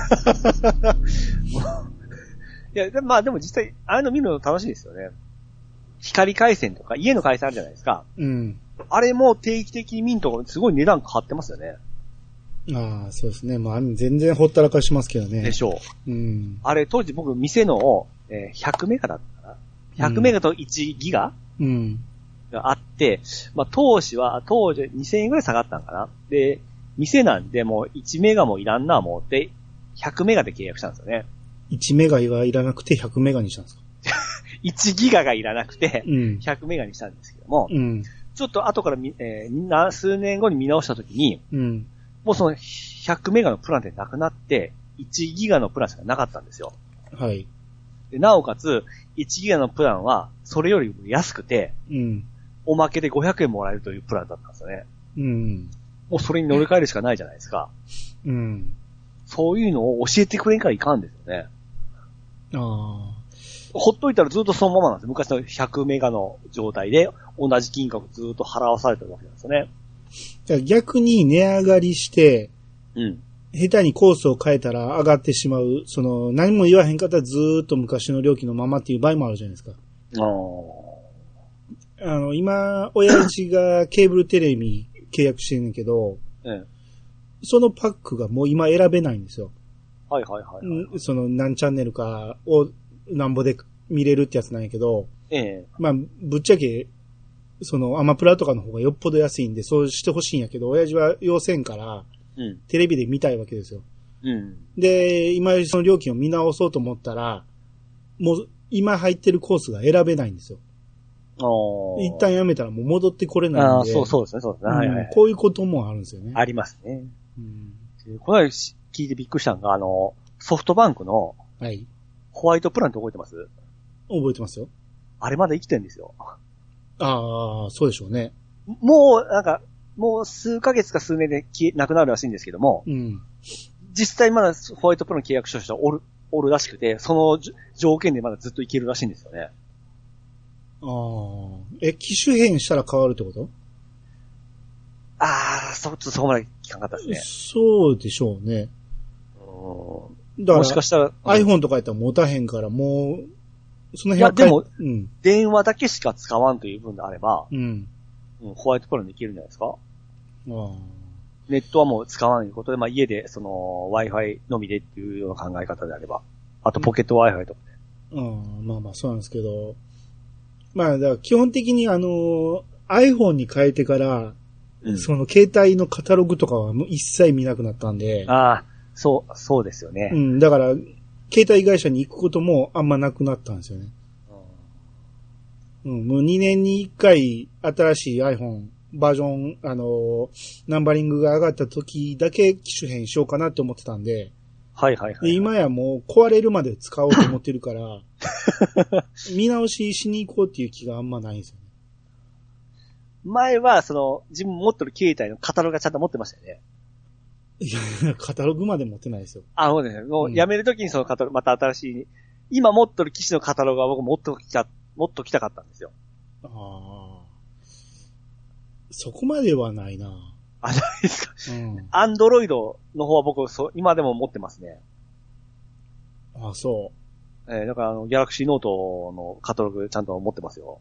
Speaker 1: や、まあでも実際、ああいうの見るの楽しいですよね。光回線とか、家の回線あるじゃないですか。
Speaker 2: うん。
Speaker 1: あれも定期的に見んとすごい値段変わってますよね。
Speaker 2: ああ、そうですね。もう全然ほったらかしますけどね。
Speaker 1: でしょ
Speaker 2: う。うん。
Speaker 1: あれ、当時僕、店の、100メガだったかな。100メガと1ギガ、
Speaker 2: うん。
Speaker 1: があって、まあ、当時2000円ぐらい下がったんかな。で、店なんでもう1メガもいらんな思って、100メガで契約したんですよね。
Speaker 2: 1メガはいらなくて100メガにしたんですか
Speaker 1: 1ギガがいらなくて、100メガにしたんですけども、
Speaker 2: うん、
Speaker 1: ちょっと後から数年後に見直したときに、
Speaker 2: うん、
Speaker 1: もうその100メガのプランってなくなって、1ギガのプランしかなかったんですよ。
Speaker 2: はい。
Speaker 1: でなおかつ、1ギガのプランは、それよりも安くて、
Speaker 2: うん、
Speaker 1: おまけで500円もらえるというプランだったんですよね。
Speaker 2: うん。
Speaker 1: もうそれに乗り換えるしかないじゃないですか。
Speaker 2: うん。
Speaker 1: そういうのを教えてくれんからいかんですよね。
Speaker 2: ああ。
Speaker 1: ほっといたらずっとそのままなんですよ。昔の100メガの状態で同じ金額ずっと払わされてるわけなんですよね。
Speaker 2: じゃあ逆に値上がりして、
Speaker 1: うん。
Speaker 2: 下手にコースを変えたら上がってしまう、何も言わへんかったらずーっと昔の料金のままっていう場合もあるじゃないですか。今、親父がケーブルテレビ契約してんねんけど、そのパックがもう今選べないんですよ。
Speaker 1: はいはいはい、はい。
Speaker 2: 何チャンネルかをなんぼで見れるってやつなんやけど、まあ、ぶっちゃけ、アマプラとかの方がよっぽど安いんで、そうしてほしいんやけど、親父は要せんから、テレビで見たいわけですよ。
Speaker 1: うん。
Speaker 2: で、今その料金を見直そうと思ったら、もう今入ってるコースが選べないんですよ。一旦やめたらもう戻ってこれないんで。
Speaker 1: そうですね、そうですね。はいはい。
Speaker 2: こういうこともあるんですよね。
Speaker 1: ありますね。この間聞いてびっくりしたのが、ソフトバンクの、
Speaker 2: はい。
Speaker 1: ホワイトプランって覚えてます？
Speaker 2: 覚えてますよ。
Speaker 1: あれまだ生きてるんですよ。
Speaker 2: ああ、そうでしょうね。
Speaker 1: もう数ヶ月か数年でなくなるらしいんですけども、実際まだホワイトプラン契約者おるらしくて、その条件でまだずっといけるらしいんですよね。
Speaker 2: 機種変したら変わるってこと？
Speaker 1: そこまで聞かなかったですね。
Speaker 2: そうでしょうね。だから、もしかしたら、iPhone とかやったら持たへんから、もう、その辺は。
Speaker 1: いや、でも、電話だけしか使わんという分であれば、ホワイトプランでいけるんじゃないですか？ネットはもう使わないことで、まあ家で、Wi-Fi のみでっていうような考え方であれば、あとポケット Wi-Fi とか
Speaker 2: ね。まあまあそうなんですけど、まあ、だから基本的にiPhone に変えてから、携帯のカタログとかは一切見なくなったんで。
Speaker 1: そうですよね。
Speaker 2: だから、携帯会社に行くこともあんまなくなったんですよね。もう2年に1回新しい iPhone バージョン、ナンバリングが上がった時だけ機種変しようかなって思ってたんで。
Speaker 1: はいはいはい。
Speaker 2: で今やもう壊れるまで使おうと思ってるから、見直ししに行こうっていう気があんまないんですよね。
Speaker 1: 前は、自分持ってる携帯のカタログがちゃんと持ってましたよね。
Speaker 2: いや、カタログまで持ってないですよ。
Speaker 1: あ、そうですね。もう辞めるときにそのカタログ、また新しい、今持ってる機種のカタログは僕もっと来たかったんですよ。
Speaker 2: ああ。そこまではないな。
Speaker 1: あ、ないですか。アンドロイドの方は僕、今でも持ってますね。
Speaker 2: あ、そう。
Speaker 1: だからギャラクシーノートのカタログちゃんと持ってますよ。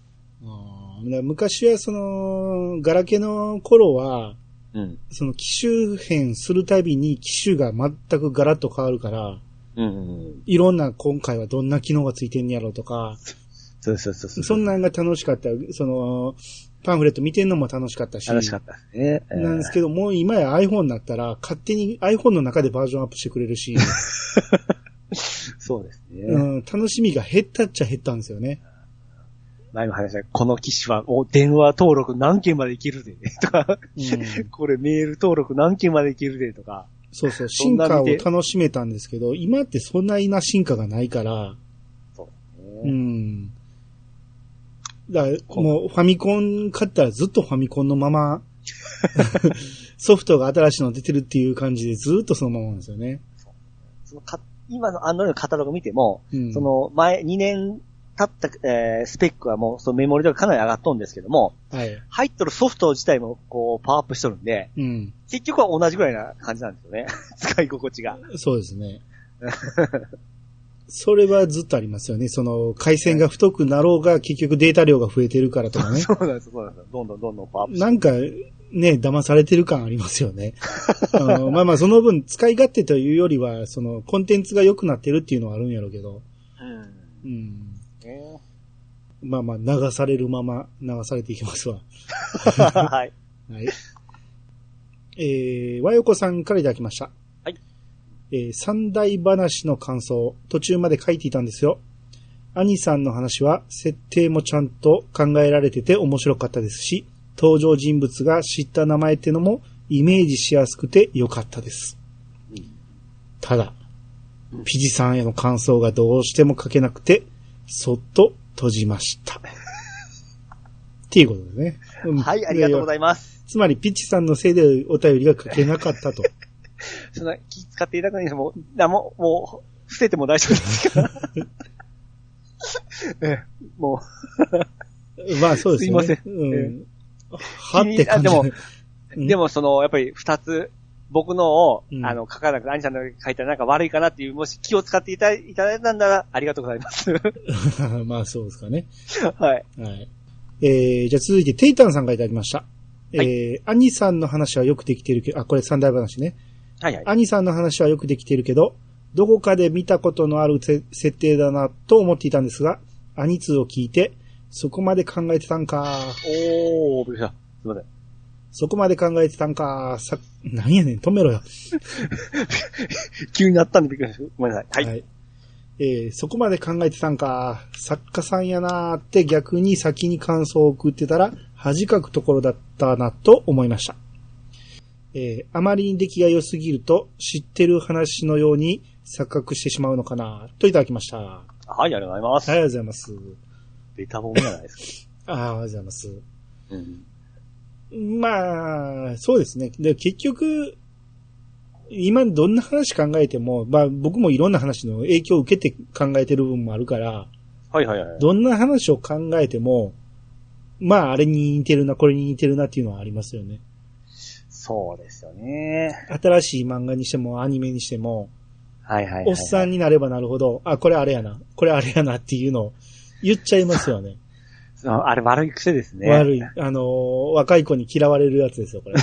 Speaker 2: 昔はガラケーの頃は、
Speaker 1: うん。
Speaker 2: その機種変するたびに機種が全くガラッと変わるから、いろんな今回はどんな機能がついてんやろうとか、
Speaker 1: そう。
Speaker 2: そんなんが楽しかった。パンフレット見てんのも楽しかったし。
Speaker 1: 楽しかったですね。
Speaker 2: なんですけど、もう今や iPhone になったら、勝手に iPhone の中でバージョンアップしてくれるし。
Speaker 1: そうですね。
Speaker 2: 楽しみが減ったっちゃ減ったんですよね。
Speaker 1: 前も話したこの機種はもう電話登録何件までいけるで、とか、これメール登録何件までいけるで、とか。
Speaker 2: そう、進化を楽しめたんですけど、今ってそんなにな進化がないから。
Speaker 1: そうですね。
Speaker 2: だからもうファミコン買ったらずっとファミコンのまま、ソフトが新しいの出てるっていう感じでずっとそのままなんですよね。
Speaker 1: 今のアンドロイドのカタログ見ても、その前2年経った、スペックはもうそのメモリとかかなり上がっとるんですけども、入っとるソフト自体もこうパワーアップしとるんで、結局は同じぐらいな感じなんですよね。使い心地が。
Speaker 2: そうですね。それはずっとありますよね。回線が太くなろうが結局データ量が増えてるからとかね。
Speaker 1: そうなんです。どんどんパワーアップして。
Speaker 2: なんかね、騙されてる感ありますよね。まあその分使い勝手というよりは、コンテンツが良くなってるっていうのはあるんやろうけど。まあ流されるまま流されていきますわ。
Speaker 1: はい。
Speaker 2: はい。和横さんからいただきました。
Speaker 1: はい。
Speaker 2: 三大話の感想、途中まで書いていたんですよ。兄さんの話は設定もちゃんと考えられてて面白かったですし、登場人物が知った名前ってのもイメージしやすくてよかったです。ただ、ピジさんへの感想がどうしても書けなくて、そっと閉じました。っていうことでね。
Speaker 1: はい、ありがとうございます。
Speaker 2: つまり、ピッチさんのせいでお便りが書けなかったと。
Speaker 1: そんな気使っていただくにもう、伏せても大丈夫ですから。も
Speaker 2: う。まあそうですね。
Speaker 1: すいませ
Speaker 2: ん。はって感じ。
Speaker 1: でもやっぱり二つ、僕のを、書かなくて、兄さんの書いたらなんか悪いかなっていう、もし気を使っていただいたんなら、ありがとうございます。
Speaker 2: まあそうですかね。
Speaker 1: はい。
Speaker 2: はい。じゃあ続いて、テイタンさんがいただきました。兄さんの話はよくできているけど、これ三大話ね。
Speaker 1: はいはい。
Speaker 2: 兄さんの話はよくできているけど、どこかで見たことのある設定だなと思っていたんですが、兄2を聞いて、そこまで考えてたんか。
Speaker 1: びっくりした。すいません。
Speaker 2: そこまで考えてたんか。何やねん、止めろよ。
Speaker 1: 急になったんでびっくりした。ごめんなさい。はい。
Speaker 2: そこまで考えてたんか。作家さんやなーって逆に先に感想を送ってたら、恥かくところだったなと思いました。あまりに出来が良すぎると知ってる話のように錯覚してしまうのかなといただきました。はい、
Speaker 1: ありがとうございます。
Speaker 2: ありがとうございます。
Speaker 1: ベタボンじゃないです
Speaker 2: か。ありがとうございます。まあ、そうですね。で、結局、今どんな話考えても、まあ僕もいろんな話の影響を受けて考えてる部分もあるから、
Speaker 1: はい。
Speaker 2: どんな話を考えても、まああれに似てるな、これに似てるなっていうのはありますよね。
Speaker 1: そうですよね。
Speaker 2: 新しい漫画にしてもアニメにしても、
Speaker 1: はい。
Speaker 2: おっさんになればなるほど、これあれやな、これあれやなっていうのを言っちゃいますよね。
Speaker 1: あれ悪い癖ですね。
Speaker 2: 悪い。若い子に嫌われるやつですよ、これ。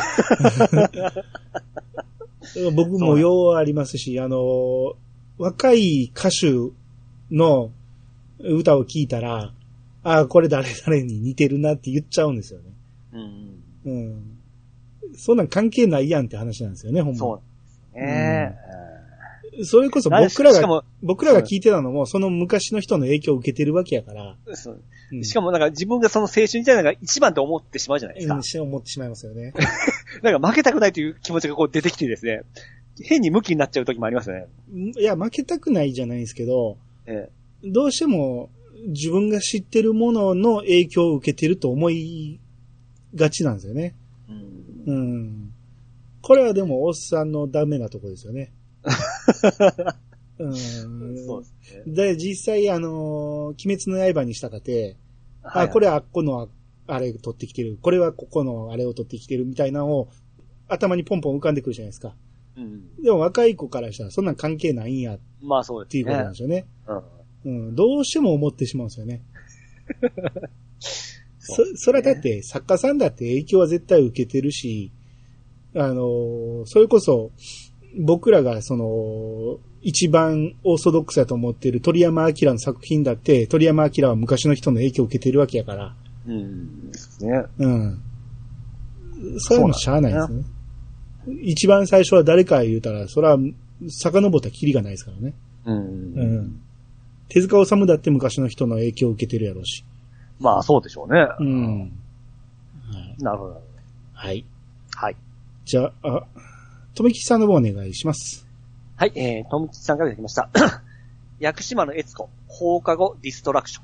Speaker 2: 僕もようありますし、若い歌手の歌を聴いたら、これ誰々に似てるなって言っちゃうんですよね。そんなん関係ないやんって話なんですよね、ほんま。
Speaker 1: そうですね。
Speaker 2: それこそ僕らが聞いてたのも、その昔の人の影響を受けてるわけやから。
Speaker 1: しかもなんか自分がその青春時代なんか一番と思ってしまうじゃないですか。
Speaker 2: 思ってしまいますよね。
Speaker 1: なんか負けたくないという気持ちがこう出てきてですね、変に向きになっちゃう時もありますよね。
Speaker 2: いや、負けたくないじゃないですけど、どうしても自分が知ってるものの影響を受けてると思いがちなんですよね。 これはでも、おっさんのダメなとこですよね。
Speaker 1: そうですね。
Speaker 2: で、実際、鬼滅の刃にしたかて、
Speaker 1: はいはい、
Speaker 2: これはあっこのあれ取ってきてる。これはここのあれを取ってきてるみたいなのを、頭にポンポン浮かんでくるじゃないですか。うん。でも若い子からしたらそんなん関係ないんや。
Speaker 1: まあそうですね。って
Speaker 2: いうことなんですよね。うん。どうしても思ってしまうんですよね。それはだって作家さんだって影響は絶対受けてるし、それこそ僕らが一番オーソドックスだと思っている鳥山明の作品だって鳥山明は昔の人の影響を受けてるわけやから。
Speaker 1: ですね。
Speaker 2: うん。それはもうしゃあないですね。一番最初は誰か言うたら、それは遡ったらキリがないですからね。手塚治虫だって昔の人の影響を受けてるやろうし。
Speaker 1: まあそうでしょうね。
Speaker 2: うん。
Speaker 1: はい、なるほど。
Speaker 2: はい。
Speaker 1: はい。
Speaker 2: じゃあ、とめきちさんの方お願いします。
Speaker 1: はい、とめきちさんからいただきました。薬師丸悦子、放課後ディストラクション。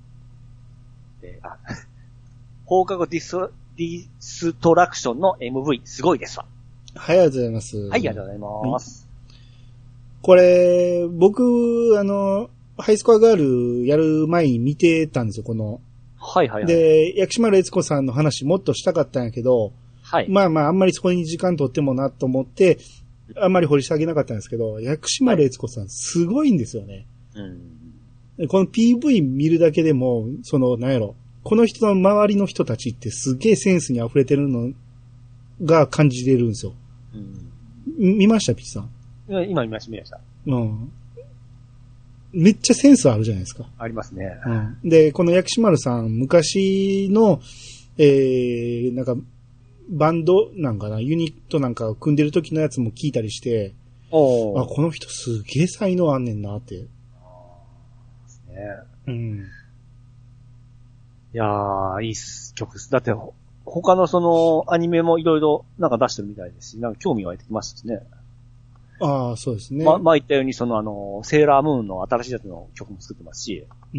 Speaker 1: 放課後ディストラクションの MV、すごいですわ。
Speaker 2: はい、ありがとうございます。
Speaker 1: はい、ありがとうございます。
Speaker 2: これ、僕、ハイスコアガールやる前に見てたんですよ、この。
Speaker 1: はいはいはい。
Speaker 2: で、薬師丸悦子さんの話もっとしたかったんやけど、はい。まあまあ、あんまりそこに時間取ってもなと思って、あんまり掘り下げなかったんですけど、薬師丸悦子さんすごいんですよね。この PV 見るだけでも、なんやろ、この人の周りの人たちってすげえセンスに溢れてるのが感じれるんですよ。見ましたピチさん。
Speaker 1: 今見ました。
Speaker 2: うん。めっちゃセンスあるじゃないですか。
Speaker 1: ありますね。
Speaker 2: うん。で、この薬師丸さん、昔の、なんか、バンドなんかな、ユニットなんか組んでる時のやつも聞いたりして、この人すげえ才能あんねんなって。です
Speaker 1: ね。うん。いやー、いい曲です。だって、他のアニメもいろいろなんか出してるみたいですし、なんか興味湧いてきましたしね。
Speaker 2: ああ、そうですね。
Speaker 1: まあ言ったように、セーラームーンの新しいやつの曲も作ってますし。うん。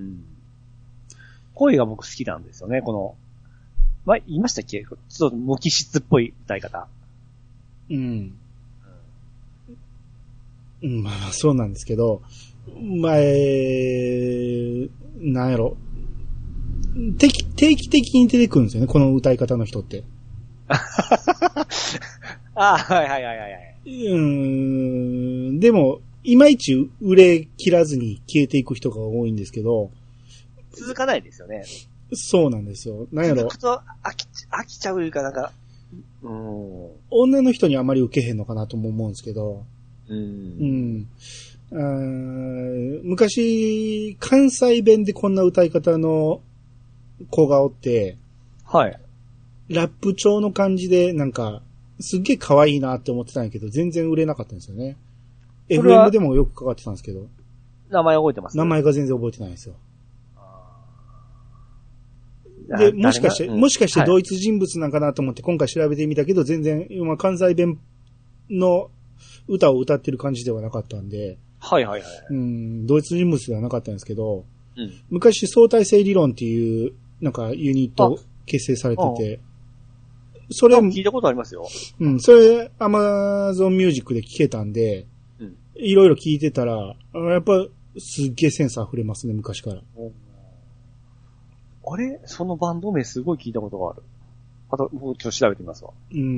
Speaker 1: 声が僕好きなんですよね、言いましたっけ？ちょっと無機質っぽい歌い方。
Speaker 2: うん。まあ、そうなんですけど、なんやろ。定期的に出てくるんですよね、この歌い方の人って。
Speaker 1: はい。
Speaker 2: でも、いまいち売れ切らずに消えていく人が多いんですけど。
Speaker 1: 続かないですよね。
Speaker 2: そうなんですよ。なんやろ。
Speaker 1: 続くと飽きちゃういうかなんか、
Speaker 2: 女の人にあまり受けへんのかなとも思うんですけど。昔、関西弁でこんな歌い方の子がおって、
Speaker 1: はい。
Speaker 2: ラップ調の感じで、なんか、すっげえ可愛いなって思ってたんやけど、全然売れなかったんですよね。FM でもよくかかってたんですけど。
Speaker 1: 名前覚えてます？
Speaker 2: 名前が全然覚えてないんですよ。で、もしかして同一人物なんかなと思って今回調べてみたけど、全然、関西弁の歌を歌ってる感じではなかったんで。
Speaker 1: はい。
Speaker 2: 同一人物ではなかったんですけど、昔相対性理論っていう、なんかユニット結成されてて、それ
Speaker 1: 聞いたことありますよ。
Speaker 2: それ、Amazon Music で聴けたんで、いろいろ聞いてたら、やっぱ、すっげえセンス溢れますね、昔から。
Speaker 1: あれ？そのバンド名すごい聞いたことがある。あと、僕ちょっと調べてみますわ。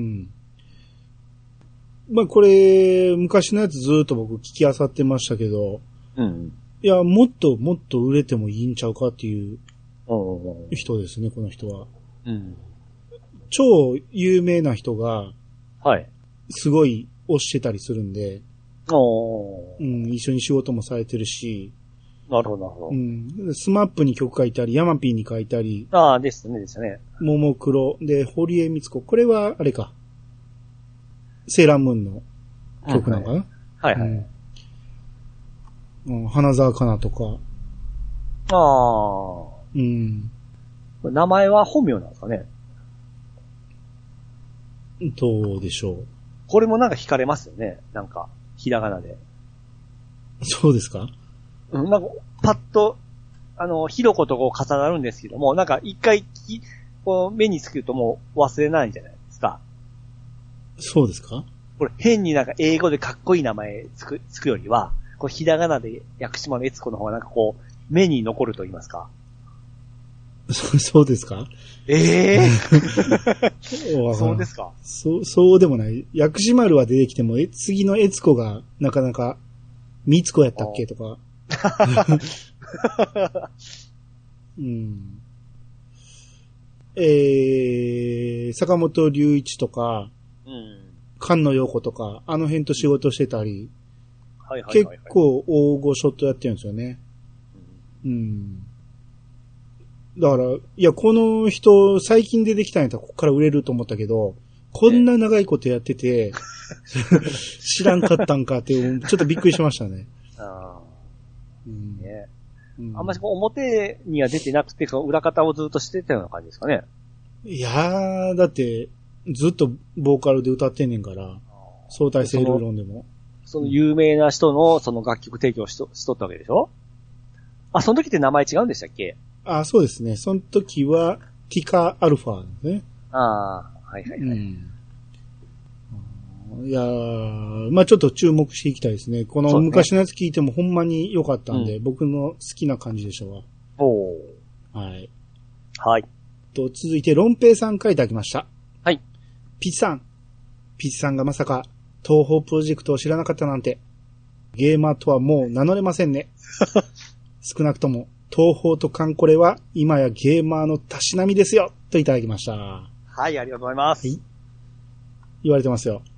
Speaker 2: まあ、これ、昔のやつずーっと僕聞き漁ってましたけど、いや、もっと売れてもいいんちゃうかっていう人ですね、この人は。超有名な人が、すごい推してたりするんで、一緒に仕事もされてるし、
Speaker 1: なるほど。
Speaker 2: スマップに曲書いたり、ヤマピーに書いたり、
Speaker 1: ですね。
Speaker 2: ももクロ、で、堀江光子、これは、あれか、セーラームーンの曲なんかな？花澤香菜とか。
Speaker 1: 名前は本名なんですかね？
Speaker 2: どうでしょう。
Speaker 1: これもなんか惹かれますよね。なんか、ひらがなで。
Speaker 2: そうですか？
Speaker 1: なんか、パッと、ひろことこう重なるんですけども、なんか一回こう目につくともう忘れないじゃないですか。
Speaker 2: そうですか？
Speaker 1: これ変になんか英語でかっこいい名前つくよりは、こうひらがなで屋久島の悦子の方がなんかこう、目に残ると言いますか。
Speaker 2: そうですか？
Speaker 1: ええー、そうですか？
Speaker 2: そうでもない。薬師丸は出てきても、次の悦子がなかなか、三つ子やったっけとか。うん。坂本龍一とか、うん、菅野陽子とか、あの辺と仕事してたり、はいはいはいはい、結構大御所とやってるんですよね。うん。だから、いや、この人、最近出てきたんやったらここから売れると思ったけど、こんな長いことやってて、知らんかったんかっていう、ちょっとびっくりしましたね。
Speaker 1: うんね、あんまり表には出てなくて、その裏方をずっとしてたような感じですかね。
Speaker 2: いやー、だって、ずっとボーカルで歌ってんねんから、相対性理論でも。
Speaker 1: その有名な人のその楽曲提供しとったわけでしょ？あ、その時って名前違うんでしたっけ？
Speaker 2: あ、そうですね。その時は、ティカアルファですね。
Speaker 1: ああ、はいはいはい。うん、
Speaker 2: いやー、まあちょっと注目していきたいですね。この昔のやつ聞いてもほんまに良かったんで、僕の好きな感じでしたわ。
Speaker 1: おー。
Speaker 2: はい。
Speaker 1: はい。
Speaker 2: 続いて、ロンペイさんからいただきました。
Speaker 1: はい。
Speaker 2: ピチさんがまさか、東方プロジェクトを知らなかったなんて、ゲーマーとはもう名乗れませんね。少なくとも、東方とカンコレは今やゲーマーのたしなみですよといただきました。
Speaker 1: はい、ありがとうございます。はい、
Speaker 2: 言われてますよ。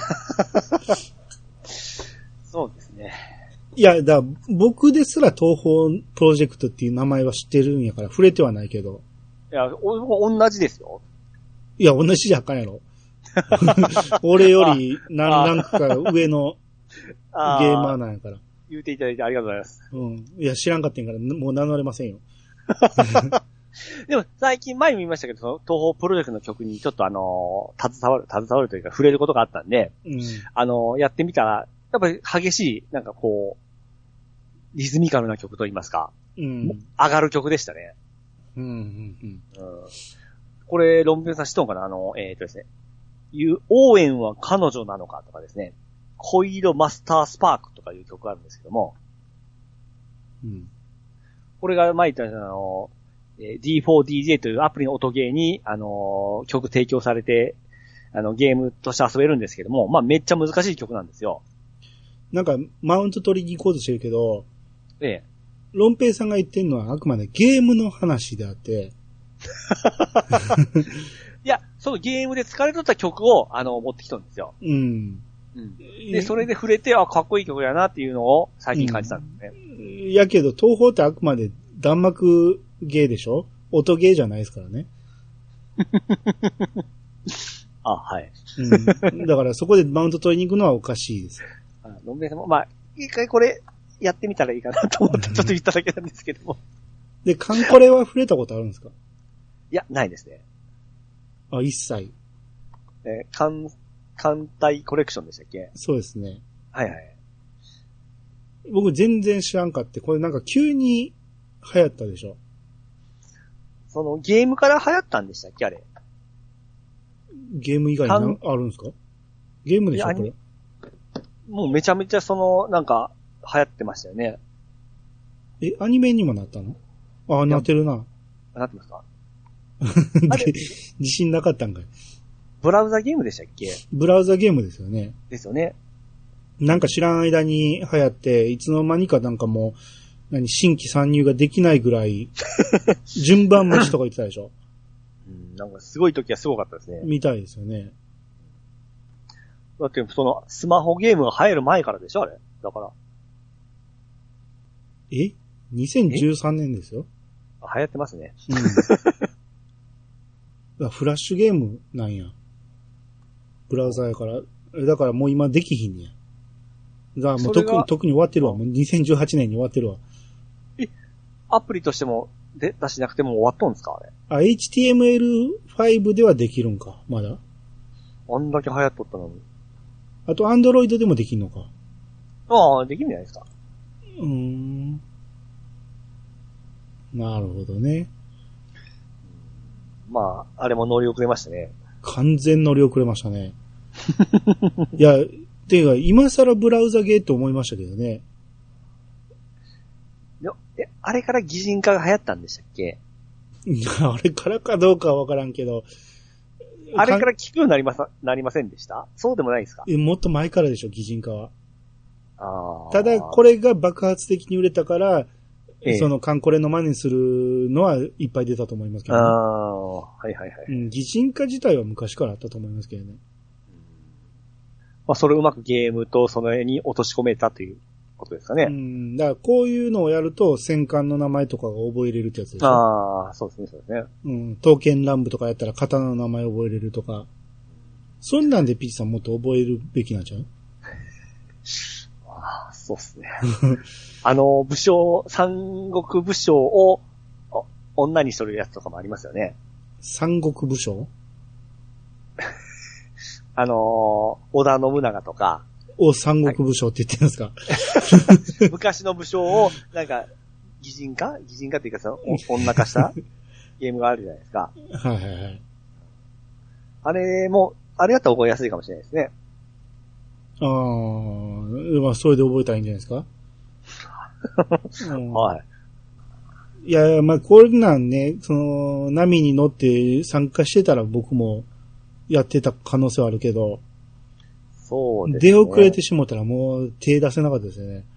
Speaker 1: そうですね。
Speaker 2: いや、僕ですら東方プロジェクトっていう名前は知ってるんやから触れてはないけど。
Speaker 1: いや、同じですよ。
Speaker 2: いや、同じじゃあかんやろ。俺よりなんか上のゲーマーなんやから。
Speaker 1: 言うていただいてありがとうございます。
Speaker 2: うん。いや、知らんかったんから、もう名乗れませんよ。
Speaker 1: でも、最近前に見ましたけど、その東方プロジェクトの曲にちょっと携わるというか触れることがあったんで、うん、やってみたら、やっぱり激しい、なんかこう、リズミカルな曲といいますか、うん、上がる曲でしたね。うんうんうん、これ、ロンペンさん知っとんかなですね、応援は彼女なのかとかですね、恋色マスタースパークとかいう曲があるんですけども、うん、これが前言ったD4DJ というアプリの音ゲーに、曲提供されて、ゲームとして遊べるんですけども、まあめっちゃ難しい曲なんですよ。
Speaker 2: なんか、マウント取りに行こうとしてるけど、
Speaker 1: ええ。
Speaker 2: ロンペイさんが言ってんのはあくまでゲームの話であって、
Speaker 1: いや、そのゲームで疲れとった曲を、持ってきたんですよ。うん。うん。で、それで触れて、かっこいい曲やなっていうのを最近感じたんですね。
Speaker 2: うん、やけど、東宝ってあくまで弾幕ゲーでしょ？音ゲーじゃないですからね。
Speaker 1: あ、はい。
Speaker 2: うん。だからそこでマウント取りに行くのはおかしいです。
Speaker 1: ロンベイさんも、まあ、一回これやってみたらいいかなと思ってちょっと言っただけなんですけども。
Speaker 2: で、カンコレは触れたことあるんですか？
Speaker 1: いや、ないですね。
Speaker 2: あ、一切。
Speaker 1: 艦隊コレクションでしたっけ？
Speaker 2: そうですね。
Speaker 1: はいはい。
Speaker 2: 僕全然知らんかって、これなんか急に流行ったでしょ？
Speaker 1: そのゲームから流行ったんでしたっけあれ？
Speaker 2: ゲーム以外にあるんですか？ゲームでしょこれ？
Speaker 1: もうめちゃめちゃなんか流行ってましたよね。
Speaker 2: アニメにもなったの？あ、なってるな。
Speaker 1: なってますか？
Speaker 2: 自信なかったんかい。
Speaker 1: ブラウザゲームでしたっけ？
Speaker 2: ブラウザゲームですよね。
Speaker 1: ですよね。
Speaker 2: なんか知らん間に流行って、いつの間にかなんかもう、新規参入ができないぐらい、順番待ちとか言ってたでしょ？
Speaker 1: なんかすごい時はすごかったですね。
Speaker 2: みたいですよね。
Speaker 1: だってスマホゲームが流行る前からでしょあれ。だから。
Speaker 2: 2013年ですよ。
Speaker 1: 流行ってますね。
Speaker 2: うん。フラッシュゲームなんや。ブラウザやから。だからもう今できひんねや。だからもう特に終わってるわ。もう2018年に終わってるわ。
Speaker 1: アプリとしても出しなくても終わっとんですかあ
Speaker 2: あ、
Speaker 1: れ。
Speaker 2: HTML5 ではできるんかまだ。
Speaker 1: あんだけ流行っとったのに。
Speaker 2: あと、Android でもできんのか。
Speaker 1: ああ、できるんじゃないですか。
Speaker 2: なるほどね。
Speaker 1: まあ、あれも乗り遅れましたね。
Speaker 2: 完全乗り遅れましたね。 いや、ていうか、今更ブラウザゲーと思いましたけどね。
Speaker 1: あれから擬人化が流行ったんでしたっけ？
Speaker 2: あれからかどうかはわからんけど。
Speaker 1: あれから聞くようになりませんでした？そうでもないですか？
Speaker 2: もっと前からでしょ、擬人化は。
Speaker 1: た
Speaker 2: だ、これが爆発的に売れたから、そのカンコレの真似するのはいっぱい出たと思いますけどね。
Speaker 1: はいはいはい。
Speaker 2: 擬人化自体は昔からあったと思いますけどね。
Speaker 1: まあ、それをうまくゲームとその絵に落とし込めたということですかね。
Speaker 2: だからこういうのをやると戦艦の名前とかが覚えれるってやつでしょ。
Speaker 1: そうですね、そうですね。
Speaker 2: 刀剣乱舞とかやったら刀の名前覚えれるとか。そんなんでピッチさんもっと覚えるべきなんちゃう？
Speaker 1: そうですね。武将、三国武将を女にしとるやつとかもありますよね。
Speaker 2: 三国武将？
Speaker 1: 織田信長とか。
Speaker 2: 三国武将って言ってるんですか？
Speaker 1: 昔の武将を、なんか、擬人化っていうか女化したゲームがあるじゃないですか。
Speaker 2: はいはいはい。
Speaker 1: あれだったら覚えやすいかもしれないですね。
Speaker 2: まあ、それで覚えたらいいんじゃないですか？
Speaker 1: はい。
Speaker 2: いや、まあ、これなんね、波に乗って参加してたら僕もやってた可能性はあるけど、
Speaker 1: そうですね。
Speaker 2: 出遅れてしもたらもう手出せなかったですよね。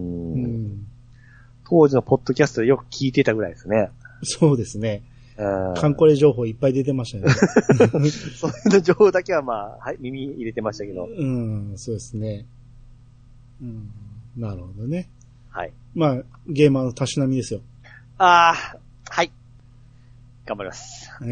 Speaker 1: 当時のポッドキャストでよく聞いてたぐらいですね。
Speaker 2: そうですね。カンコレ情報いっぱい出てましたね。
Speaker 1: そういう情報だけはまあ、はい、耳入れてましたけど。
Speaker 2: そうですね。なるほどね。
Speaker 1: はい。
Speaker 2: まあ、ゲーマーのたしなみですよ。
Speaker 1: はい。頑張ります。
Speaker 2: はい。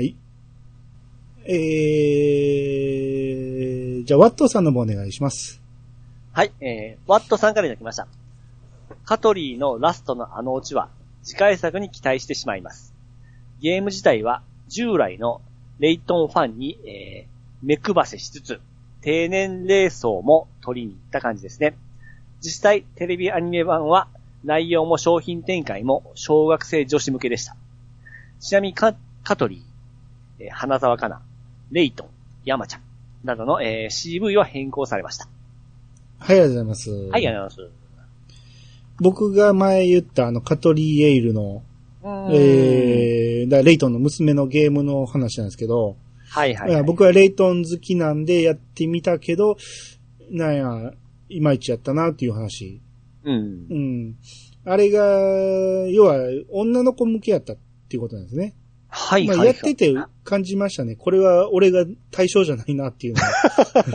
Speaker 2: じゃあ、ワットさんの方お願いします。
Speaker 1: はい、ワットさんからいただきました。カトリーのラストのあのオチは、次回作に期待してしまいます。ゲーム自体は、従来のレイトンファンに、目配せしつつ、低年齢層も取りに行った感じですね。実際、テレビアニメ版は、内容も商品展開も小学生女子向けでした。ちなみにカトリー、花沢香菜、レイトン、山ちゃんなどの、CV は変更されました。
Speaker 2: はい、ありがとうございます。
Speaker 1: はい、ありがとうございます。
Speaker 2: 僕が前言ったカトリー・エイルの、レイトンの娘のゲームの話なんですけど、
Speaker 1: はいはい、はい。
Speaker 2: 僕はレイトン好きなんでやってみたけど、いまいちやったなっていう話。あれが、要は女の子向けやったっていうことなんですね。
Speaker 1: はいはい、
Speaker 2: はい。やってて感じましたね。これは俺が対象じゃないなっていうのは。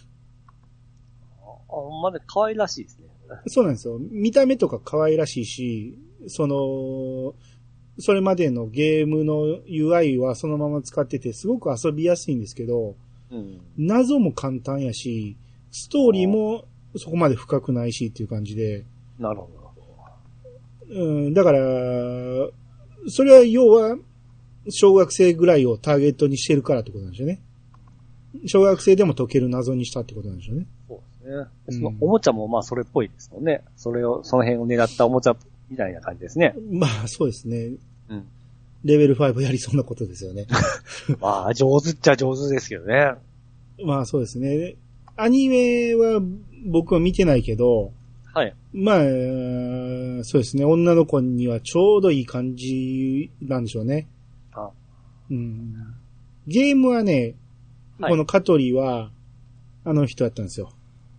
Speaker 1: まだ可愛らしいですね。
Speaker 2: そうなんですよ。見た目とか可愛らしいし、それまでのゲームの UI はそのまま使っててすごく遊びやすいんですけど、謎も簡単やし、ストーリーもそこまで深くないしっていう感じで。
Speaker 1: なるほ
Speaker 2: ど。だから、それは要は小学生ぐらいをターゲットにしてるからってことなんですよね。小学生でも解ける謎にしたってことなんでしょうね。
Speaker 1: そうですね。そのおもちゃもまあそれっぽいですもんね。その辺を狙ったおもちゃみたいな感じですね。
Speaker 2: まあそうですね。レベル5やりそうなことですよね。
Speaker 1: まあ上手っちゃ上手ですけどね。
Speaker 2: まあそうですね。アニメは僕は見てないけど、
Speaker 1: はい。
Speaker 2: まあ、そうですね。女の子にはちょうどいい感じなんでしょうね。ゲームはね、このカトリは、あの人やったんですよ。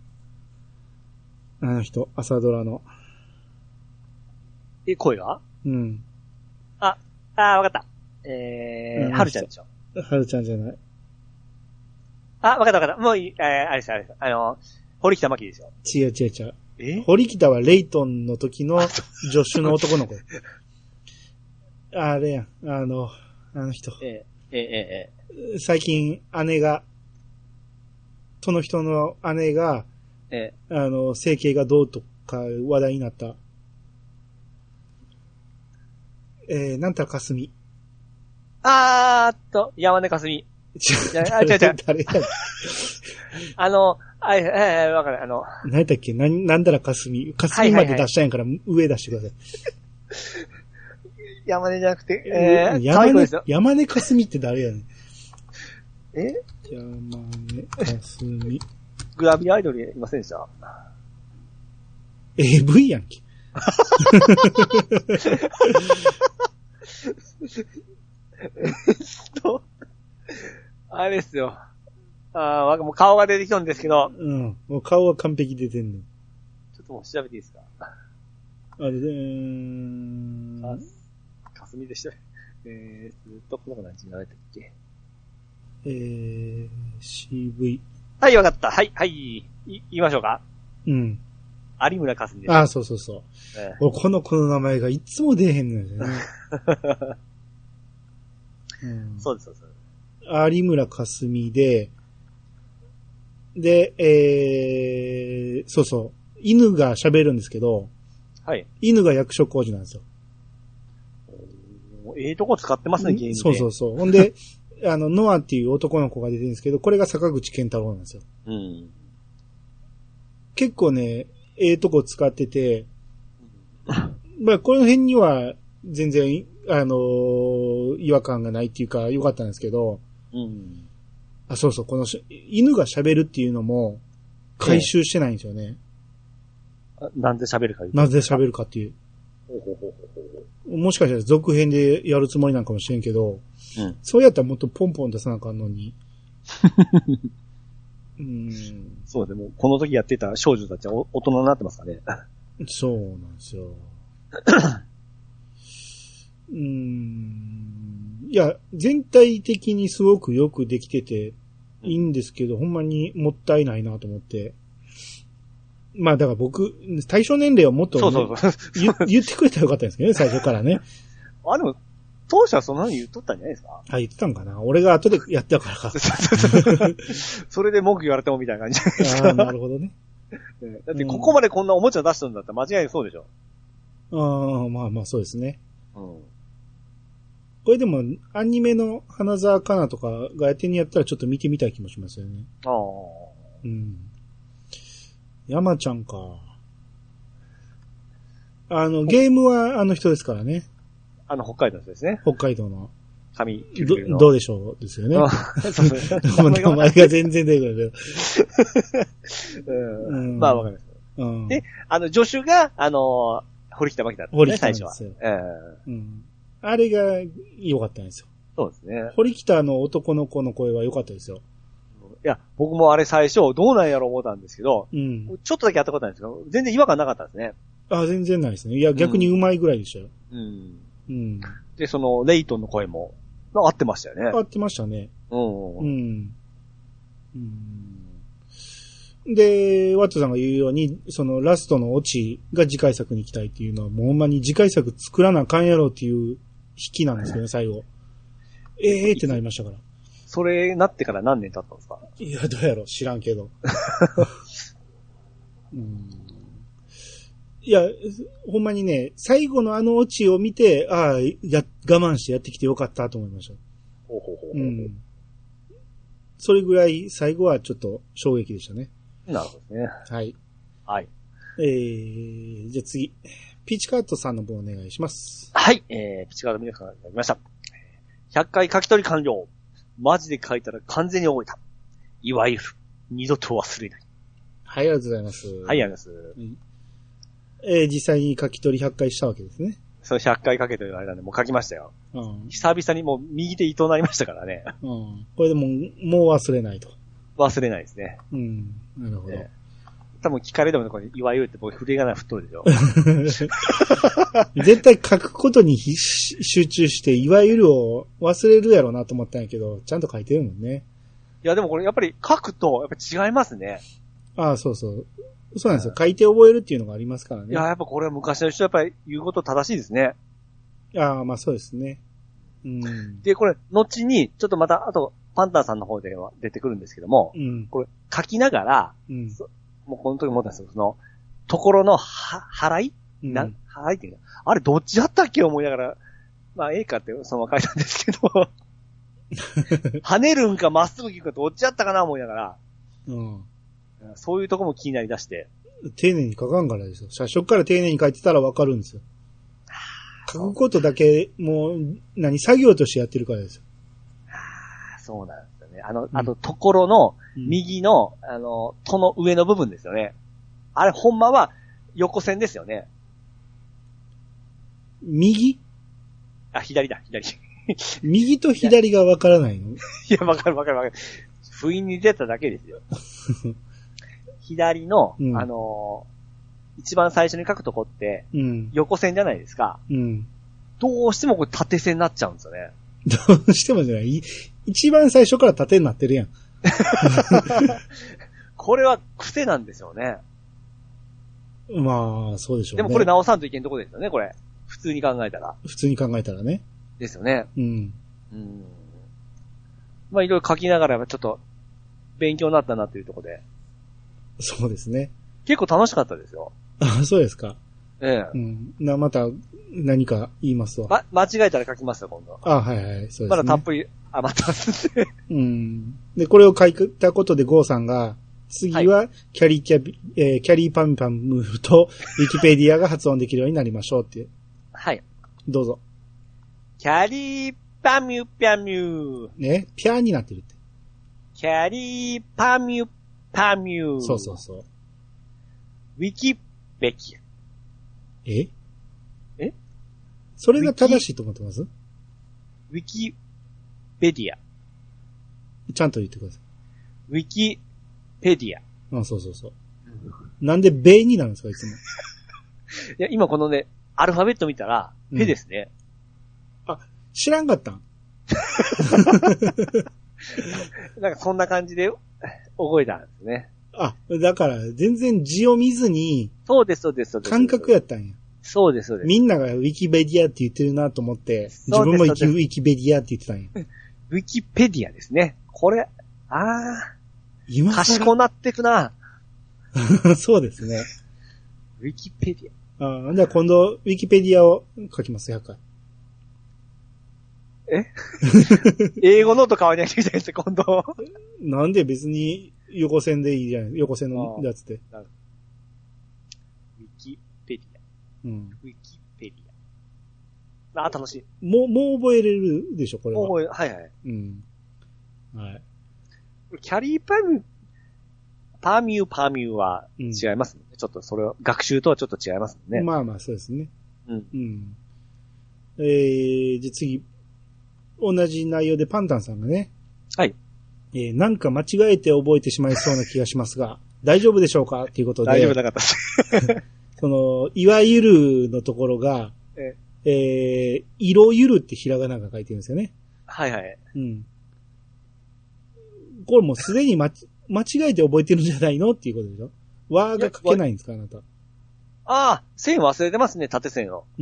Speaker 2: あの人、朝ドラの。
Speaker 1: 声が？わかった。はるちゃんでしょ。
Speaker 2: はるちゃんじゃない。
Speaker 1: わかった。もういい、あれです。堀北真希ですよ。
Speaker 2: 違う。堀北はレイトンの時の助手の男の子。あれやん、あの人。最近その人の姉が、整形がどうとか話題になった。なんたらかすみ。
Speaker 1: 山根かすみ。違う。
Speaker 2: 誰や
Speaker 1: わかる。
Speaker 2: 何だっけなんだらかすみ。かすみまで出したんやから、上出してください。
Speaker 1: 山根じゃなくて、
Speaker 2: 山根かすみって誰やねん。
Speaker 1: 山根
Speaker 2: かすみ。
Speaker 1: グラビアアイドルいませんでした？
Speaker 2: AV やんけ。
Speaker 1: あれですよ。もう顔が出てきたんですけど。
Speaker 2: うん。もう顔は完璧出てんの。
Speaker 1: ちょっともう調べていいですか？かすみでした。この子何時になれたっけ
Speaker 2: ？CV。
Speaker 1: はい、わかった。はい、はい。言いましょうか？
Speaker 2: うん。
Speaker 1: 有村かすみです。
Speaker 2: そうそうそう。この子の名前がいつも出えへんのよね。
Speaker 1: うん、そうです、そうです。
Speaker 2: 有村かすみで、そうそう。犬が喋るんですけど、
Speaker 1: はい。
Speaker 2: 犬が役所広司なんですよ。
Speaker 1: とこ使ってますね、ゲームで。
Speaker 2: そうそうそう。ほんで、ノアっていう男の子が出てるんですけど、これが坂口健太郎なんですよ。うん。結構ね、とこ使ってて、まあ、この辺には全然、違和感がないっていうか、良かったんですけど、うん。そうそう、この犬が喋るっていうのも、回収してないんですよね。
Speaker 1: なんで喋るか
Speaker 2: なぜ喋るかっていう。もしかしたら続編でやるつもりなんかもしれんけど、うん、そうやったらもっとポンポン出さなあかんのに。
Speaker 1: そうでもこの時やってた少女たちは大人になってますかね。
Speaker 2: そうなんですよ。いや、全体的にすごくよくできてていいんですけど、ほんまにもったいないなと思って。まあだから僕、対象年齢をもっと、ね、そう言ってくれたらよかったんですけどね、最初からね。
Speaker 1: でも、当初はそんな風に言っとったんじゃないですか？
Speaker 2: 言ってたんかな。俺が後でやったからか。
Speaker 1: それで文句言われてもみたいな感じじゃないですか。
Speaker 2: なるほどね。
Speaker 1: だってここまでこんなおもちゃ出したんだったら間違いそうでしょ。
Speaker 2: まあまあそうですね。うん。これでも、アニメの花沢香菜とかがやってんやったらちょっと見てみたい気もしますよね。うん。山ちゃんか。ゲームはあの人ですからね。
Speaker 1: 北海道の人ですね。
Speaker 2: 北海道の。
Speaker 1: ど
Speaker 2: うでしょうですよね。名前が全然出てくるけど。
Speaker 1: まあわかります。で、助手が、堀北真希だったんですね、最初は。
Speaker 2: あれが良かったんですよ。
Speaker 1: そうですね。
Speaker 2: 堀北の男の子の声は良かったですよ。
Speaker 1: いや、僕もあれ最初どうなんやろう思ったんですけど、ちょっとだけやったことないんですけど、全然違和感なかったんですね。
Speaker 2: 全然ないですね。いや、逆にうまいぐらいでしたよ。
Speaker 1: で、その、レイトンの声も、合ってましたよね。
Speaker 2: 合ってましたね。で、ワットさんが言うように、そのラストのオチが次回作に行きたいっていうのは、もうほんまに次回作作らなあかんやろっていう引きなんですけどね、最後。ってなりましたから。
Speaker 1: それなってから何年経ったんですか？
Speaker 2: いや、どうやろ知らんけど。いや、ほんまにね、最後のあのオチを見て、我慢してやってきてよかったと思いました。それぐらい最後はちょっと衝撃でしたね。
Speaker 1: なるほどね。
Speaker 2: はい。
Speaker 1: はい。
Speaker 2: じゃあ次。ピーチカートさんの分お願いします。
Speaker 1: はい。ピーチカート皆さんがいただきました。100回書き取り完了。マジで書いたら完全に覚えた。いわゆる、二度と忘れない。
Speaker 2: はい、ありがとうございます。
Speaker 1: はい、ありがとうございます。
Speaker 2: 実際に書き取り100回したわけですね。
Speaker 1: そう、100回かけてる間でもう書きましたよ。久々にもう右手糸になりましたからね。
Speaker 2: これでもう忘れないと。
Speaker 1: 忘れないですね。
Speaker 2: なるほど。
Speaker 1: 多分聞かれてもこれ、いわゆるって僕振り仮名振っとるでしょ。
Speaker 2: 絶対書くことに集中して、いわゆるを忘れるやろうなと思ったんやけど、ちゃんと書いてるもんね。
Speaker 1: いやでもこれやっぱり書くと、やっぱ違いますね。
Speaker 2: そうそう。そうなんですよ。書いて覚えるっていうのがありますからね。
Speaker 1: いや、やっぱこれは昔の人やっぱり言うこと正しいですね。
Speaker 2: まあそうですね。
Speaker 1: で、これ、後に、ちょっとまた、あと、パンタンさんの方では出てくるんですけども、これ、書きながら、もうこの時思ったんですよ、その、ところの払い払いっていうのあれどっちだったっけ思いながら、まあ、かってそのまま書いたんですけど、跳ねるんかまっすぐ行くかどっちだったかな思いながら、そういうとこも気になりだして。
Speaker 2: 丁寧に書かんからですよ。最初から丁寧に書いてたらわかるんですよ。書くことだけ、もう、作業としてやってるからですよ。
Speaker 1: そうなんですよね。あと、ところの、右の、との上の部分ですよね。あれ、ほんまは、横線ですよね。
Speaker 2: 右？
Speaker 1: 左だ、左。
Speaker 2: 右と左がわからないの？
Speaker 1: いや、わかる。不意に出ただけですよ。左の、一番最初に書くとこって、横線じゃないですか。どうしてもこれ縦線になっちゃうんですよね。
Speaker 2: どうしてもじゃない。一番最初から縦になってるやん。
Speaker 1: これは癖なんですよね。
Speaker 2: まあ、そうでしょうね。
Speaker 1: でもこれ直さんといけんとこですよね、これ。普通に考えたら。
Speaker 2: 普通に考えたらね。
Speaker 1: ですよね。まあ、いろいろ書きながら、ちょっと、勉強になったなというところで。
Speaker 2: そうですね。
Speaker 1: 結構楽しかったですよ。
Speaker 2: あ、そうですか。
Speaker 1: ええ。
Speaker 2: また、何か言いますわ。
Speaker 1: 間違えたら書きますよ、今度。
Speaker 2: あ、はいはい、そうですね。
Speaker 1: まだたっぷり余ってます
Speaker 2: んで。で、これを書いたことでゴーさんが、次は、キャリーパンパムと、ウィキペディアが発音できるようになりましょうっていう。
Speaker 1: はい。
Speaker 2: どうぞ。
Speaker 1: キャリーパミュパミュ。
Speaker 2: ね、ピャーになってるって。
Speaker 1: キャリーパミュパミュ。
Speaker 2: そうそうそう。
Speaker 1: ウィキペディア。
Speaker 2: えそれが正しいと思ってます？
Speaker 1: ウィキペディア。
Speaker 2: ちゃんと言ってくださ
Speaker 1: い。ウィキペディア。
Speaker 2: あ、そうそうそう。なんでベになるんですか、いつも。い
Speaker 1: や、今このね、アルファベット見たら、ペですね。
Speaker 2: あ、知らんかったん
Speaker 1: なんかそんな感じで覚えたんですね。
Speaker 2: あ、だから全然字を見ずに、
Speaker 1: そうです。
Speaker 2: 感覚やったんや。
Speaker 1: そうです。
Speaker 2: みんながウィキペディアって言ってるなと思って、自分もウィキペディアって言ってたんや。
Speaker 1: ウィキペディアですね。これ、
Speaker 2: 今
Speaker 1: 賢なってくな。
Speaker 2: そうですね。
Speaker 1: ウィキペディ
Speaker 2: ア。じゃあ今度、ウィキペディアを書きます、100回。
Speaker 1: 英語ノート変わりなきゃいけないですよ、今度。
Speaker 2: なんで別に横線でいいじゃない、横線のやつって。
Speaker 1: ウィキペディア。ウィキペディア。楽しい。
Speaker 2: もう覚えれるでしょ、これは。
Speaker 1: はい。
Speaker 2: はい。
Speaker 1: キャリーパミュは違いますね。ちょっとそれを、学習とはちょっと違いますね。
Speaker 2: まあまあ、そうですね。じゃあ次、同じ内容でパンタンさんがね。
Speaker 1: はい。
Speaker 2: なんか間違えて覚えてしまいそうな気がしますが、大丈夫でしょうかっていうことで。
Speaker 1: 大丈夫なかったです。
Speaker 2: いわゆるのところが、いろゆるってひらがなが書いてるんですよね。
Speaker 1: はいはい。
Speaker 2: これもうすでに間違えて覚えてるんじゃないのっていうことでしょ？わーが書けないんですか、あなた。
Speaker 1: 線忘れてますね、縦線を。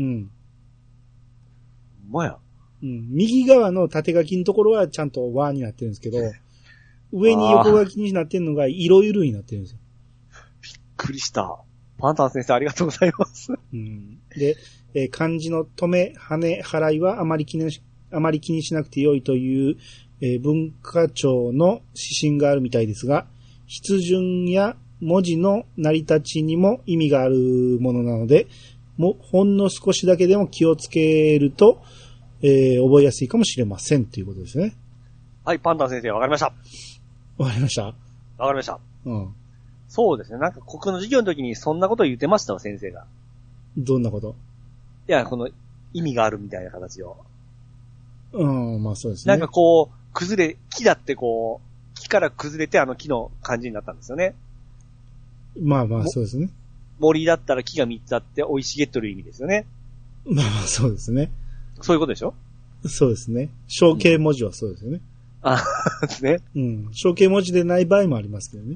Speaker 1: まや。
Speaker 2: 右側の縦書きのところはちゃんとわーになってるんですけど、上に横書きになってるのがいろゆるになってるんですよ。
Speaker 1: びっくりした。パンタン先生ありがとうございます。
Speaker 2: で、漢字の止め、跳ね、払いはあまり気にしなくてよいという、文化庁の指針があるみたいですが、筆順や文字の成り立ちにも意味があるものなので、ほんの少しだけでも気をつけると、覚えやすいかもしれませんということですね。
Speaker 1: はい、パンタン先生わかりました。
Speaker 2: わかりました？
Speaker 1: わかりました。そうですね。なんか国の授業の時にそんなこと言ってましたわ、先生が。
Speaker 2: どんなこと？
Speaker 1: いや、この意味があるみたいな形を。
Speaker 2: まあそうですね。
Speaker 1: なんかこう、木だってこう、木から崩れて木の感じになったんですよね。
Speaker 2: まあまあそうですね。
Speaker 1: 森だったら木が3つあって生い茂っとる意味ですよね。
Speaker 2: まあまあそうですね。
Speaker 1: そういうことでしょ？
Speaker 2: そうですね。象形文字はそうですよね。
Speaker 1: ですね。
Speaker 2: 象形文字でない場合もありますけどね。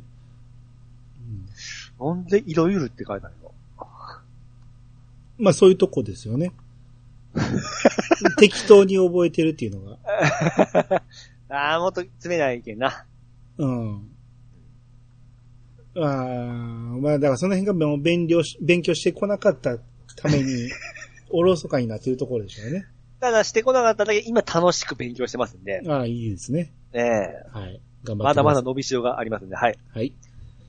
Speaker 1: なんでいろゆるって書いたの？
Speaker 2: まあそういうとこですよね。適当に覚えてるっていうの
Speaker 1: が。もっと詰めないけんな。
Speaker 2: まあだからその辺がもう勉強してこなかったために、おろそかになっているところでしょうね。
Speaker 1: ただしてこなかっただけ今楽しく勉強してますんで。
Speaker 2: いいですね。
Speaker 1: はい。頑張ってまだまだ伸びしろがありますんで、はい。
Speaker 2: はい。